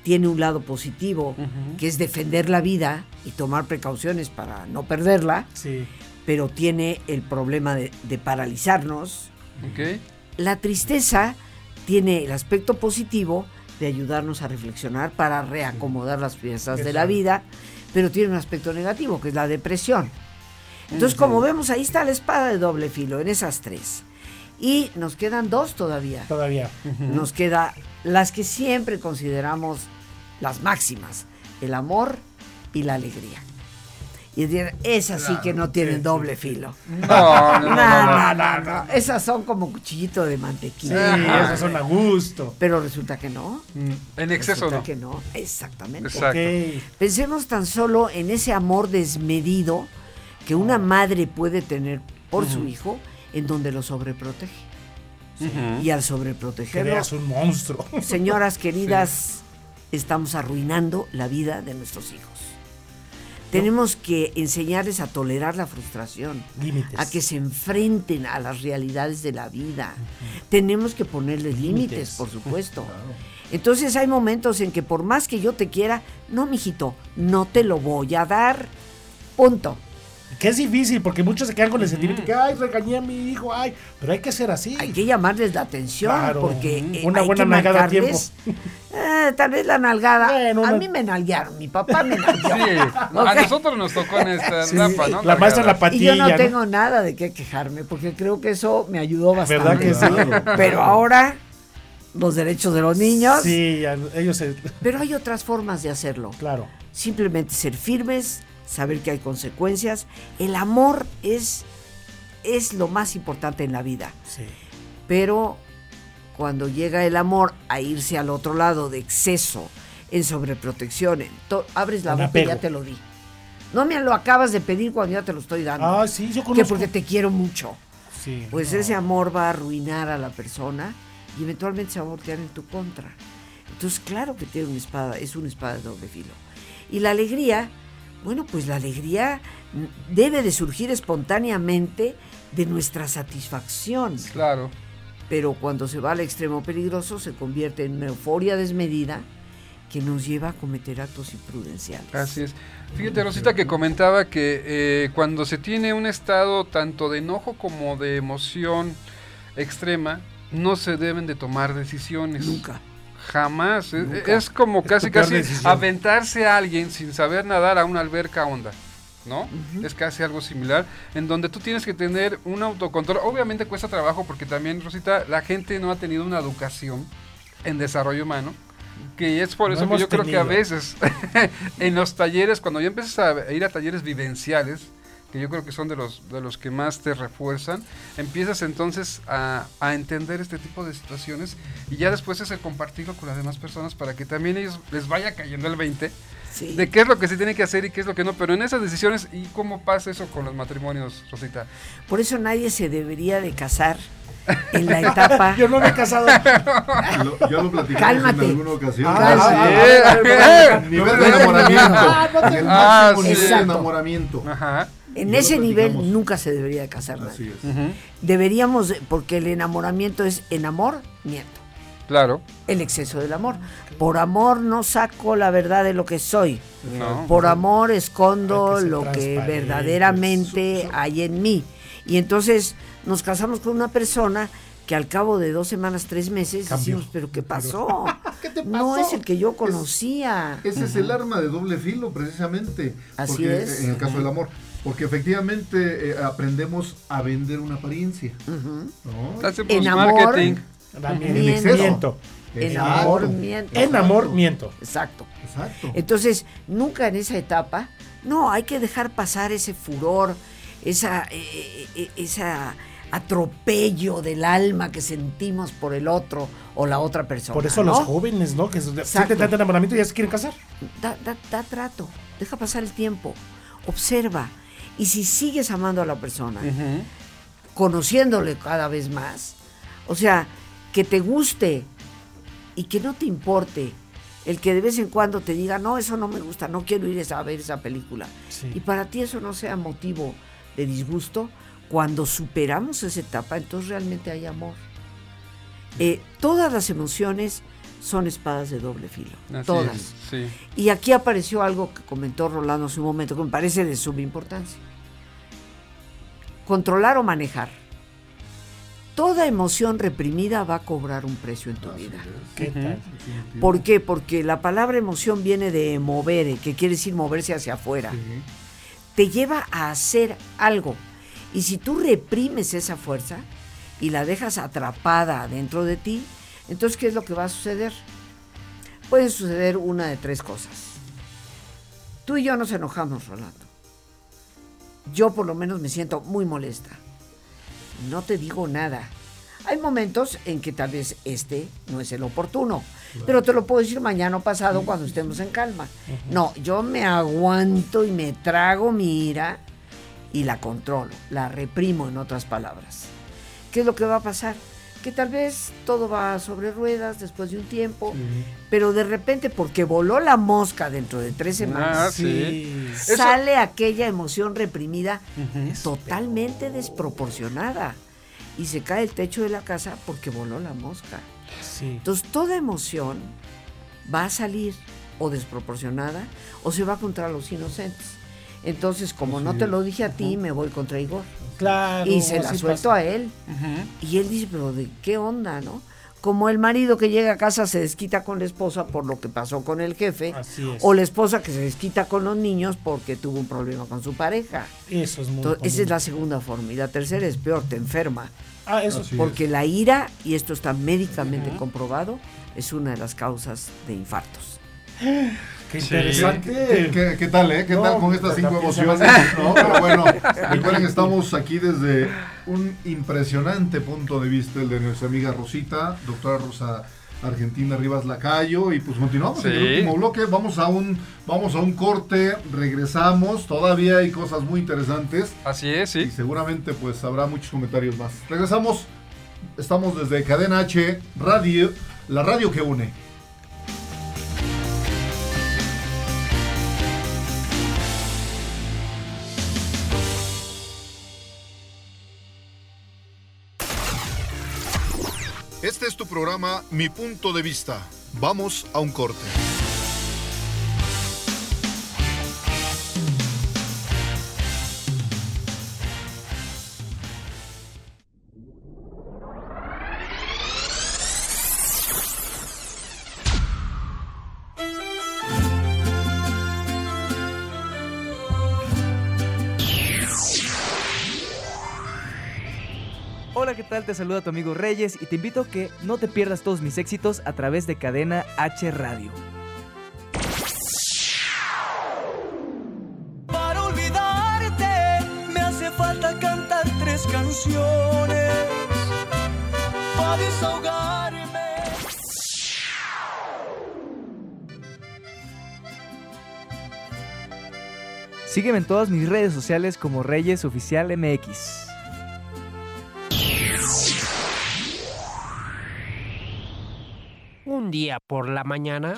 tiene un lado positivo, que es defender la vida y tomar precauciones para no perderla, pero tiene el problema de paralizarnos. La tristeza tiene el aspecto positivo de ayudarnos a reflexionar para reacomodar las piezas de la vida, pero tiene un aspecto negativo, que es la depresión. Entonces, como vemos, ahí está la espada de doble filo, en esas 3. Y nos quedan 2 todavía. Nos queda las que siempre consideramos las máximas, el amor y la alegría. Y esas sí que no tienen doble filo. No. Esas son como cuchillito de mantequilla. Sí, esas son a gusto. Pero resulta que no. En exceso resulta no. que no, exactamente. Exacto. Pensemos tan solo en ese amor desmedido que una madre puede tener por su hijo, en donde lo sobreprotege. Y al sobreprotegerlo, creas un monstruo. Señoras queridas, estamos arruinando la vida de nuestros hijos. Tenemos que enseñarles a tolerar la frustración, límites, a que se enfrenten a las realidades de la vida. Tenemos que ponerles límites, por supuesto. Entonces hay momentos en que por más que yo te quiera, no, mijito, no te lo voy a dar. Punto. Que es difícil, porque muchos se quedan con el sentimiento que, ay, regañé a mi hijo, ay, pero hay que ser así. Hay que llamarles la atención, porque una buena nalgada a tiempo. Tal vez la nalgada, a mí me nalguearon, mi papá me nalgueó. A nosotros nos tocó en esta etapa, ¿no? La maestra la patilla. Y yo no tengo nada de qué quejarme, porque creo que eso me ayudó bastante. ¿Verdad que sí? Pero ahora, los derechos de los niños. Sí, ellos Pero hay otras formas de hacerlo. Claro. Simplemente ser firmes, saber que hay consecuencias. El amor es lo más importante en la vida. Sí. Pero cuando llega el amor a irse al otro lado de exceso, en sobreprotección, abres la boca y ya te lo di. No me lo acabas de pedir cuando ya te lo estoy dando. Ah, sí, yo conozco. Que porque te quiero mucho. Sí, pues ese amor va a arruinar a la persona y eventualmente se va a voltear en tu contra. Entonces, claro que tiene es una espada de doble filo. Y la alegría, bueno, pues la alegría debe de surgir espontáneamente de nuestra satisfacción. Claro. Pero cuando se va al extremo peligroso se convierte en una euforia desmedida que nos lleva a cometer actos imprudenciales. Así es. Fíjate, Rosita, que comentaba que cuando se tiene un estado tanto de enojo como de emoción extrema, no se deben de tomar decisiones. Nunca. Jamás. Nunca. Es como casi aventarse a alguien sin saber nadar a una alberca honda, ¿no? Es casi algo similar, en donde tú tienes que tener un autocontrol. Obviamente cuesta trabajo porque también, Rosita, la gente no ha tenido una educación en desarrollo humano, que es por eso que yo creo que a veces en los talleres, cuando ya empiezas a ir a talleres vivenciales, que yo creo que son de los que más te refuerzan, empiezas entonces a entender este tipo de situaciones y ya después es el compartirlo con las demás personas para que también ellos les vaya cayendo el 20 de qué es lo que se tiene que hacer y qué es lo que no, pero en esas decisiones, ¿y cómo pasa eso con los matrimonios, Rosita? Por eso nadie se debería de casar en la etapa. Yo no me he casado. Ya lo platicamos en alguna ocasión. Nivel de enamoramiento. El máximo nivel de enamoramiento. Ajá. En ese nivel nunca se debería de casar nadie. Deberíamos, porque el enamoramiento es enamoramiento. Claro. El exceso del amor. Por amor no saco la verdad de lo que soy. No. Por amor escondo lo que verdaderamente hay en mí. Y entonces nos casamos con una persona que al cabo de 2 semanas, 3 meses, decimos, ¿pero qué pasó? ¿Qué te pasó? No es el que yo conocía. Ese es el arma de doble filo, precisamente. Así porque, es. En el caso del amor. Porque efectivamente aprendemos a vender una apariencia. ¿No? Hacemos marketing. En exceso. Enamoramiento. Exacto. Entonces, nunca en esa etapa, no, hay que dejar pasar ese furor, esa atropello del alma que sentimos por el otro o la otra persona. Por eso los jóvenes, ¿no? Que sienten tanto enamoramiento y ya se quieren casar. Da trato, deja pasar el tiempo, observa. Y si sigues amando a la persona, conociéndole cada vez más, o sea, que te guste y que no te importe el que de vez en cuando te diga, no, eso no me gusta, no quiero ir a ver esa película. Sí. Y para ti eso no sea motivo de disgusto, cuando superamos esa etapa, entonces realmente hay amor. Todas las emociones son espadas de doble filo, Así todas. es, sí. Y aquí apareció algo que comentó Rolando hace un momento que me parece de suma importancia. Controlar o manejar. Toda emoción reprimida va a cobrar un precio en tu vida. ¿Qué tal? ¿Por qué? Porque la palabra emoción viene de movere, que quiere decir moverse hacia afuera. Te lleva a hacer algo. Y si tú reprimes esa fuerza y la dejas atrapada dentro de ti, entonces, ¿qué es lo que va a suceder? Pueden suceder una de tres cosas. Tú y yo nos enojamos, Rolando. Yo por lo menos me siento muy molesta. No te digo nada. Hay momentos en que tal vez este no es el oportuno, pero te lo puedo decir mañana o pasado cuando estemos en calma. No, yo me aguanto y me trago mi ira y la controlo, la reprimo, en otras palabras. ¿Qué es lo que va a pasar? Que tal vez todo va sobre ruedas después de un tiempo, pero de repente, porque voló la mosca dentro de 3 semanas, sale aquella emoción reprimida totalmente desproporcionada y se cae el techo de la casa porque voló la mosca. Entonces, toda emoción va a salir o desproporcionada o se va contra los inocentes. Entonces, como no te lo dije a ti, me voy contra Igor. Claro. Y se la suelto a él. Y él dice, pero ¿de qué onda, no? Como el marido que llega a casa se desquita con la esposa por lo que pasó con el jefe. O la esposa que se desquita con los niños porque tuvo un problema con su pareja. Eso es muy Entonces, esa es la segunda forma. Y la tercera es peor, te enferma. Eso sí. Porque la ira, y esto está médicamente comprobado, es una de las causas de infartos. Qué interesante. ¿Qué tal, ¿Qué tal con estas 5 emociones? ¿No? Pero bueno, recuerden que estamos aquí desde un impresionante punto de vista, el de nuestra amiga Rosita, doctora Rosa Argentina Rivas Lacayo, y pues continuamos en el último bloque. Vamos a un corte, regresamos, todavía hay cosas muy interesantes. Así es, sí. Y seguramente pues habrá muchos comentarios más. Regresamos, estamos desde Cadena H Radio, la radio que une. Este es tu programa Mi Punto de Vista. Vamos a un corte. Hola, ¿qué tal? Te saluda tu amigo Reyes y te invito a que no te pierdas todos mis éxitos a través de Cadena H Radio. Para olvidarte me hace falta cantar 3 canciones para desahogarme. Sígueme en todas mis redes sociales como Reyes Oficial MX. Un día por la mañana.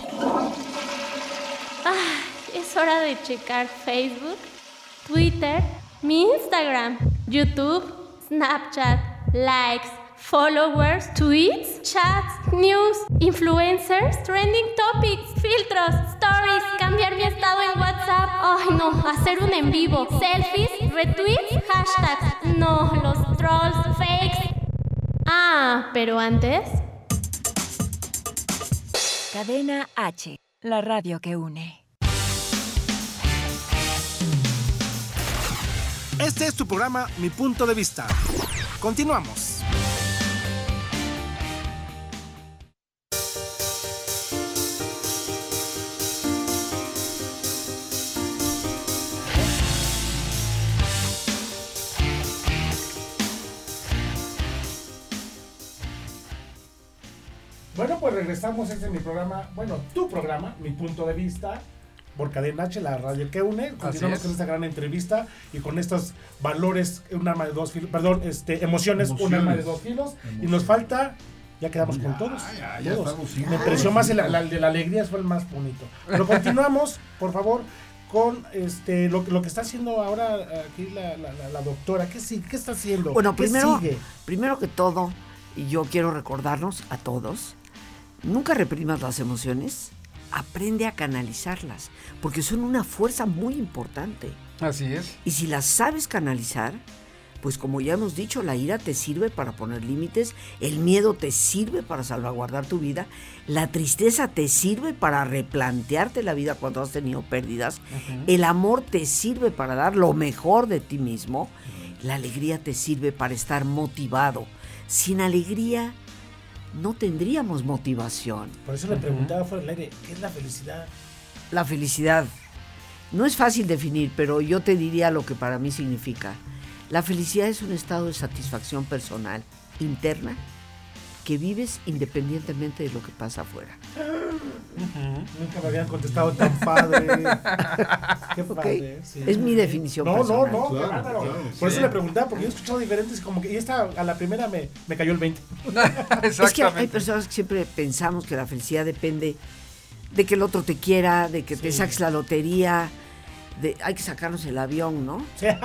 Es hora de checar Facebook, Twitter, mi Instagram, YouTube, Snapchat, likes, followers, tweets, chats, news, influencers, trending topics, filtros, stories, cambiar mi estado en WhatsApp. Ay, no, hacer un en vivo, selfies, retweets, hashtags. No, los trolls, fakes. Pero antes... Cadena H, la radio que une. Este es tu programa Mi Punto de Vista. Continuamos. Bueno, pues regresamos. Este es mi programa, tu programa, Mi Punto de Vista, por Cadena H, la radio que une. Continuamos con esta gran entrevista y con estos valores, un arma de 2 filos, emociones, un arma de 2 filos. Y nos falta, ya quedamos con todos. Ya todos. estamos, Me pareció más el de la alegría, fue el más bonito. Pero continuamos, por favor, con lo que está haciendo ahora aquí la doctora. ¿Qué está haciendo? Bueno, ¿Qué sigue? primero que todo, yo quiero recordarnos a todos nunca reprimas las emociones, aprende a canalizarlas, porque son una fuerza muy importante. Así es. Y si las sabes canalizar, pues como ya hemos dicho, la ira te sirve para poner límites, el miedo te sirve para salvaguardar tu vida, la tristeza te sirve para replantearte la vida cuando has tenido pérdidas, el amor te sirve para dar lo mejor de ti mismo, la alegría te sirve para estar motivado. Sin alegría no tendríamos motivación. Por eso le preguntaba fuera del aire, ¿qué es la felicidad? La felicidad no es fácil definir, pero yo te diría lo que para mí significa. La felicidad es un estado de satisfacción personal, interna, que vives independientemente de lo que pasa afuera. Nunca me habían contestado tan padre. Qué padre. Sí. Es mi definición personal. No, claro. Por eso le preguntaba, porque yo he escuchado diferentes, como que a la primera me cayó el 20. Es que hay personas que siempre pensamos que la felicidad depende de que el otro te quiera, de que te saques la lotería, hay que sacarnos el avión, ¿no?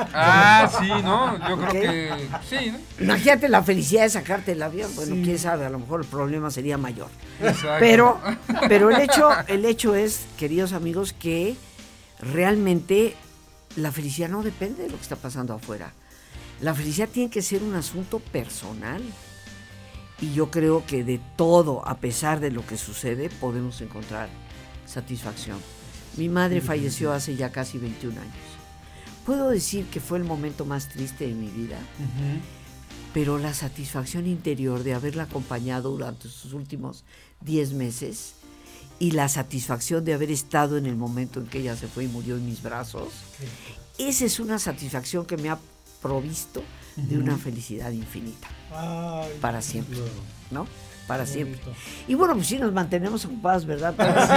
Sí, ¿no? Yo creo que sí, ¿no? Imagínate la felicidad de sacarte el avión. Bueno, quién sabe, a lo mejor el problema sería mayor. Exacto. Pero el hecho es, queridos amigos, que realmente la felicidad no depende de lo que está pasando afuera. La felicidad tiene que ser un asunto personal. Y yo creo que de todo, a pesar de lo que sucede, podemos encontrar satisfacción. Mi madre falleció hace ya casi 21 años. Puedo decir que fue el momento más triste de mi vida, pero la satisfacción interior de haberla acompañado durante sus últimos 10 meses y la satisfacción de haber estado en el momento en que ella se fue y murió en mis brazos, esa es una satisfacción que me ha provisto de una felicidad infinita. Para siempre, ¿no? Para siempre. Y bueno, pues sí nos mantenemos ocupados, ¿verdad?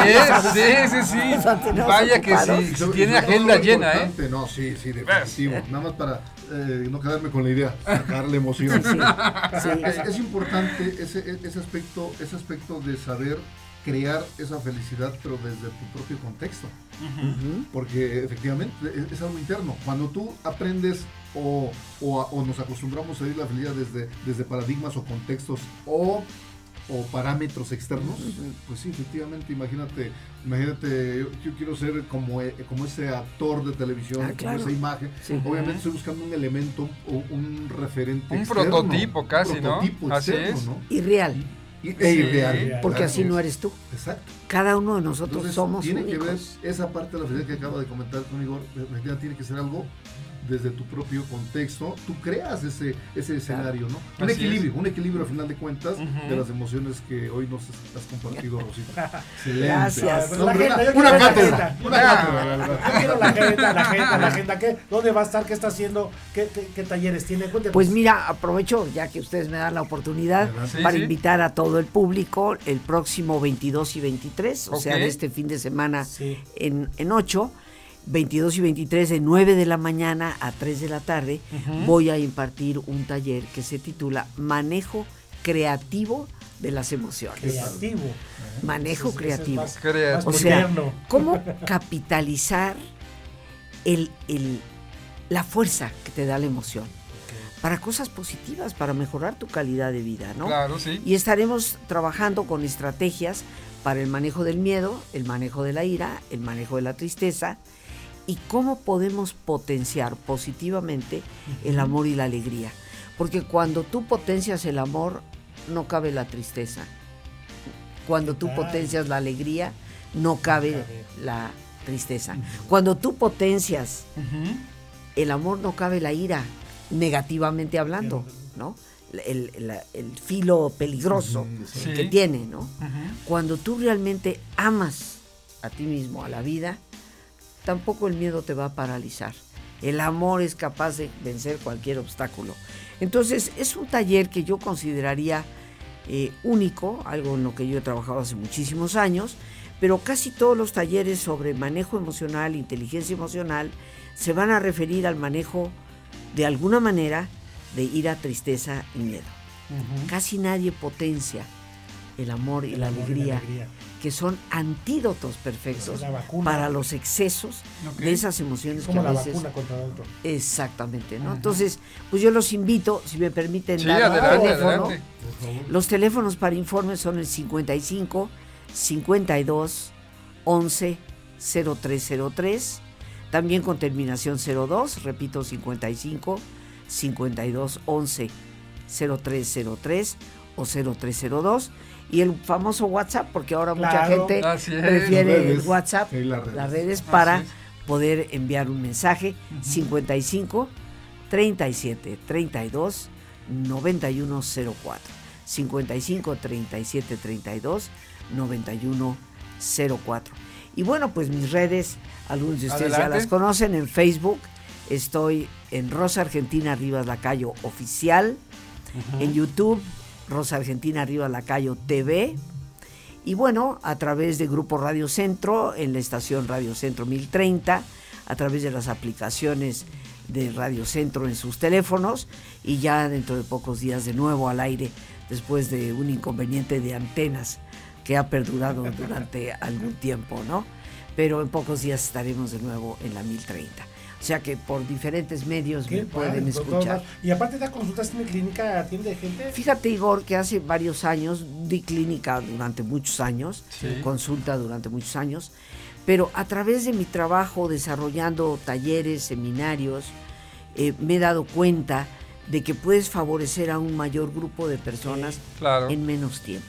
Sí. Vaya que sí, tiene agenda llena, ¿eh? No, sí, definitivo. Nada más para no quedarme con la idea, sacarle emoción. Es importante ese aspecto de saber crear esa felicidad, pero desde tu propio contexto. Porque efectivamente es algo interno. Cuando tú aprendes o nos acostumbramos a vivir la felicidad desde paradigmas o contextos o parámetros externos, pues sí, efectivamente, imagínate, yo quiero ser como ese actor de televisión, como esa imagen, obviamente estoy buscando un elemento o un referente un externo, prototipo casi, ¿no? Así externo, es. ¿No? Irreal. Irreal. Porque así no eres tú. Exacto. Cada uno de nosotros Entonces, somos tiene únicos. que ver esa parte de la felicidad que acaba de comentar conmigo, tiene que ser algo desde tu propio contexto, tú creas ese escenario, ¿no? Un equilibrio al final de cuentas de las emociones que hoy nos has compartido, Rosita. Excelente. Gracias. Una cátedra. La agenda. ¿Dónde va a estar? ¿Qué está haciendo? ¿Qué talleres tiene? Cuéntanos. Pues mira, aprovecho ya que ustedes me dan la oportunidad para invitar a todo el público el próximo 22 y 23, o sea, de este fin de semana en 8. 22 y 23 de 9 de la mañana a 3 de la tarde voy a impartir un taller que se titula Manejo Creativo de las Emociones. Manejo creativo. O sea, cómo capitalizar la fuerza que te da la emoción para cosas positivas, para mejorar tu calidad de vida, ¿no? Claro, sí. Y estaremos trabajando con estrategias para el manejo del miedo, el manejo de la ira, el manejo de la tristeza, y cómo podemos potenciar positivamente el amor y la alegría. Porque cuando tú potencias el amor, no cabe la tristeza. Cuando tú potencias la alegría, no cabe la tristeza. Cuando tú potencias el amor, no cabe la ira, negativamente hablando, ¿no? El filo peligroso que tiene, ¿no? Cuando tú realmente amas a ti mismo, a la vida, tampoco el miedo te va a paralizar. El amor es capaz de vencer cualquier obstáculo. Entonces, es un taller que yo consideraría único, algo en lo que yo he trabajado hace muchísimos años, pero casi todos los talleres sobre manejo emocional, inteligencia emocional, se van a referir al manejo, de alguna manera, de ira, tristeza y miedo. Casi nadie potencia el amor y la alegría que son antídotos perfectos para los excesos de esas emociones como que a la veces... vacuna contra el otro. Exactamente, ¿no? Entonces, pues yo los invito, si me permiten dar adelante, el teléfono. adelante. Los teléfonos para informes son el 55 52 11 0303, también con terminación 02, repito, 55 52 11 0303 o 0302, y el famoso WhatsApp, porque ahora mucha gente prefiere el WhatsApp, las redes para poder enviar un mensaje. 55 37 32 9104, 55 37 32 9104. Y bueno, pues mis redes, algunos de ustedes ya las conocen. En Facebook estoy en Rosa Argentina Rivas Lacayo Oficial, en YouTube Rosa Argentina Rivas Lacayo TV, y bueno, a través de Grupo Radio Centro, en la estación Radio Centro 1030, a través de las aplicaciones de Radio Centro en sus teléfonos, y ya dentro de pocos días de nuevo al aire, después de un inconveniente de antenas que ha perdurado durante algún tiempo, ¿no? Pero en pocos días estaremos de nuevo en la 1030. O sea que por diferentes medios me pueden escuchar. Y aparte da consultas, tiene clínica, atiende gente. Fíjate, Igor, que hace varios años di clínica durante muchos años, consulta durante muchos años, pero a través de mi trabajo desarrollando talleres, seminarios, me he dado cuenta de que puedes favorecer a un mayor grupo de personas en menos tiempo.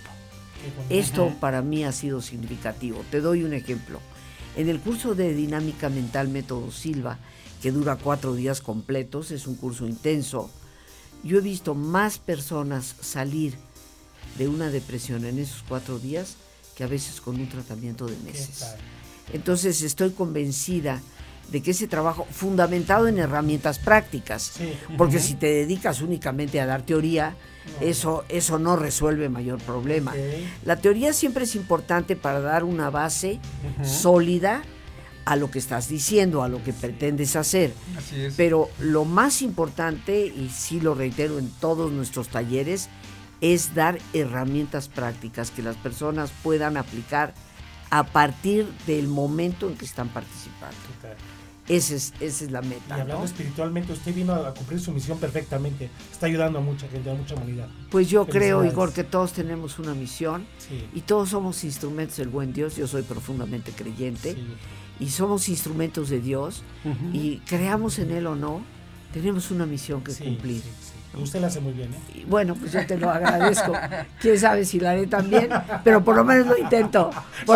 Esto para mí ha sido significativo. Te doy un ejemplo. En el curso de Dinámica Mental Método Silva, que dura 4 días completos, es un curso intenso, yo he visto más personas salir de una depresión en esos 4 días que a veces con un tratamiento de meses. Entonces estoy convencida de que ese trabajo, fundamentado en herramientas prácticas, porque si te dedicas únicamente a dar teoría, eso no resuelve mayor problema. La teoría siempre es importante para dar una base sólida a lo que estás diciendo, a lo que pretendes hacer. Así es. Pero lo más importante, y sí lo reitero en todos nuestros talleres, es dar herramientas prácticas que las personas puedan aplicar a partir del momento en que están participando. Esa es la meta. Y hablando espiritualmente, usted vino a cumplir su misión perfectamente. Está ayudando a mucha gente, a mucha humanidad. Pues yo creo, Igor, que todos tenemos una misión y todos somos instrumentos del buen Dios. Yo soy profundamente creyente y somos instrumentos de Dios y creamos en Él o no, tenemos una misión que cumplir. ¿No? Usted la hace muy bien, ¿eh? Y bueno, pues yo te lo agradezco. Quién sabe si la haré también, pero por lo menos lo intento.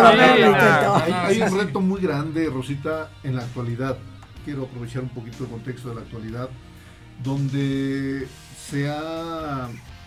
Hay un reto muy grande, Rosita, en la actualidad. Quiero aprovechar un poquito el contexto de la actualidad, donde se ha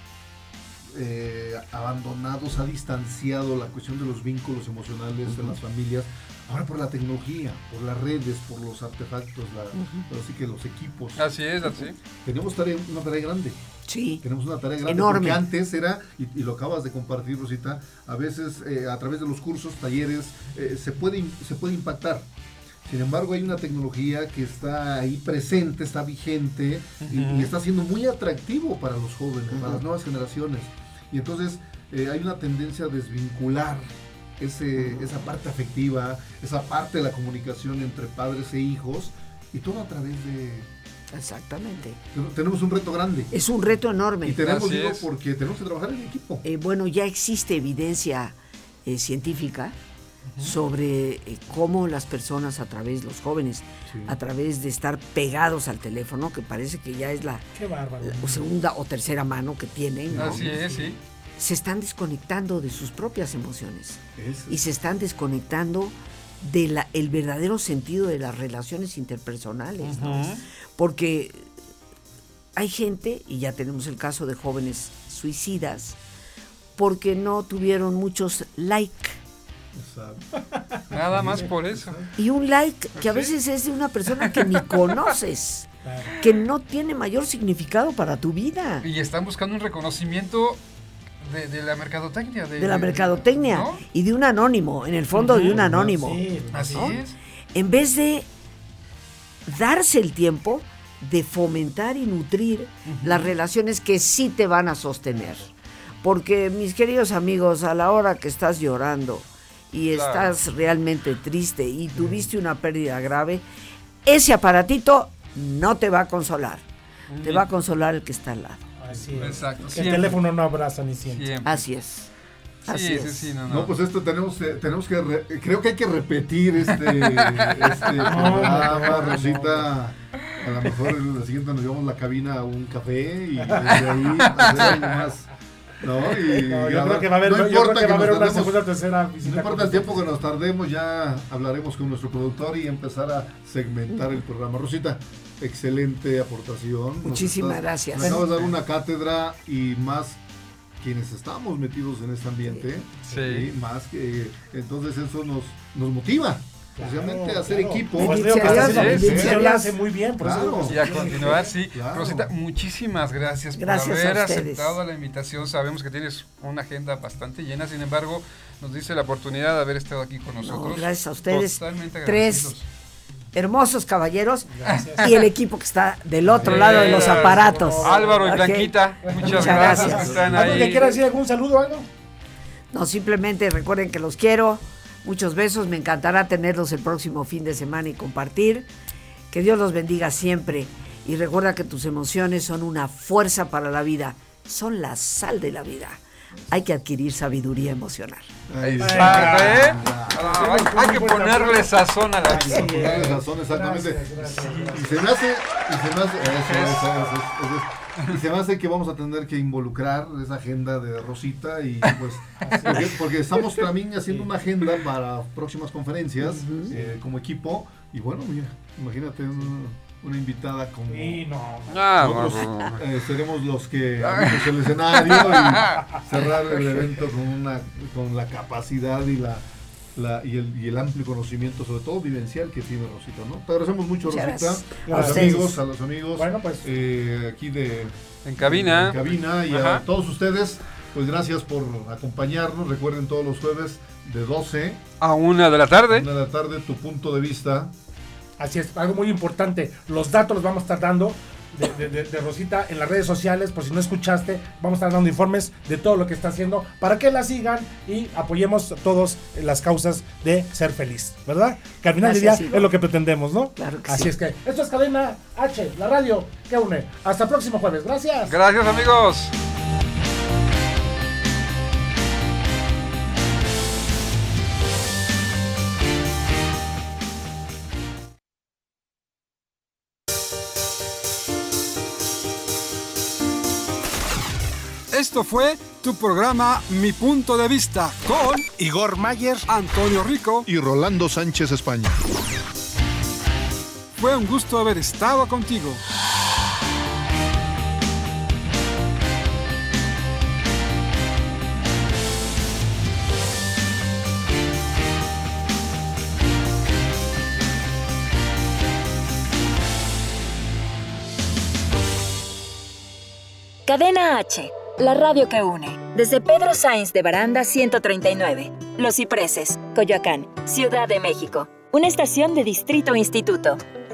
abandonado, se ha distanciado la cuestión de los vínculos emocionales en las familias. Ahora por la tecnología, por las redes, por los artefactos, así que los equipos. Así es, así. Tenemos una tarea grande. Sí. Tenemos una tarea grande. Enorme. Porque antes era, y lo acabas de compartir, Rosita, a veces a través de los cursos, talleres, se puede impactar. Sin embargo, hay una tecnología que está ahí presente, está vigente y está siendo muy atractivo para los jóvenes, para las nuevas generaciones. Y entonces hay una tendencia a desvincular esa parte afectiva, esa parte de la comunicación entre padres e hijos, y todo a través de... Exactamente. Tenemos un reto grande. Es un reto enorme. Y tenemos, porque tenemos que trabajar en equipo. Bueno, ya existe evidencia científica sobre cómo las personas los jóvenes, a través de estar pegados al teléfono, que parece que ya es la segunda o tercera mano que tienen, ¿no? Así es, sí. Se están desconectando de sus propias emociones y se están desconectando el verdadero sentido de las relaciones interpersonales, ¿no? Porque hay gente, y ya tenemos el caso de jóvenes suicidas, porque no tuvieron muchos like. Nada más por eso. Y un like que a veces es de una persona que ni conoces, que no tiene mayor significado para tu vida. Y están buscando un reconocimiento de la mercadotecnia. De la mercadotecnia, ¿no? Y de un anónimo, en el fondo de un anónimo. Sí, así es. En vez de darse el tiempo de fomentar y nutrir las relaciones que sí te van a sostener. Porque, mis queridos amigos, a la hora que estás llorando y estás realmente triste y tuviste una pérdida grave, ese aparatito no te va a consolar. Te va a consolar el que está al lado. Así es. Exacto. El teléfono no abraza ni siente. Siempre. Así es. Así es. Sí, no, pues esto tenemos que creo que hay que repetir este programa, Rosita. A lo mejor en la siguiente nos llevamos la cabina a un café y desde ahí hacer algo más. ¿No? Y yo creo que va a haber, no importa que va a haber una tardemos, segunda o tercera visita. No importa el tiempo que nos tardemos, ya hablaremos con nuestro productor y empezar a segmentar el programa. Rosita, excelente aportación. Muchísimas gracias. Nos acabas de dar una cátedra y más quienes estamos metidos en este ambiente, sí. Más que entonces eso nos motiva. Especialmente hacer equipo. Pues veo que lo hace muy bien, por eso. Y a continuar, sí. Claro. Rosita, muchísimas gracias por haber aceptado la invitación. Sabemos que tienes una agenda bastante llena, sin embargo, nos dice la oportunidad de haber estado aquí con nosotros. No, gracias a ustedes. Totalmente agradecidos. 3 hermosos caballeros y el equipo que está del otro lado de los aparatos. Álvaro y Blanquita, muchas gracias. ¿Algo que quieras decir? ¿Algún saludo o algo? No, simplemente recuerden que los quiero. Muchos besos, me encantará tenerlos el próximo fin de semana y compartir. Que Dios los bendiga siempre. Y recuerda que tus emociones son una fuerza para la vida. Son la sal de la vida. Hay que adquirir sabiduría emocional. Hay que ponerle sazón a la vida. Ponerle sazón, exactamente. Y se me hace y se me hace que vamos a tener que involucrar esa agenda de Rosita y pues porque estamos también haciendo una agenda para próximas conferencias como equipo y bueno, mira, imagínate una invitada como seremos los que abrimos el escenario y cerrar el evento con la capacidad y el amplio conocimiento, sobre todo vivencial, que tiene Rosita, ¿no? Te agradecemos mucho, Rosita, a los amigos, bueno, pues, aquí en cabina y a todos ustedes, pues gracias por acompañarnos. Recuerden todos los jueves de 12 a 1 de la tarde. Tu punto de vista. Así es, algo muy importante, los datos los vamos a estar dando de Rosita en las redes sociales, por si no escuchaste, vamos a estar dando informes de todo lo que está haciendo, para que la sigan y apoyemos todos las causas de ser feliz, ¿verdad? Que al final del día es lo que pretendemos, ¿no? Claro que así sí. Es que esto es Cadena H, la radio que une. Hasta el próximo jueves, gracias. Gracias, amigos. Esto fue tu programa Mi Punto de Vista con Igor Mayer, Antonio Rico y Rolando Sánchez España. Fue un gusto haber estado contigo. Cadena H, la radio que une. Desde Pedro Sainz de Baranda 139, Los Cipreses, Coyoacán, Ciudad de México. Una estación de Distrito Instituto.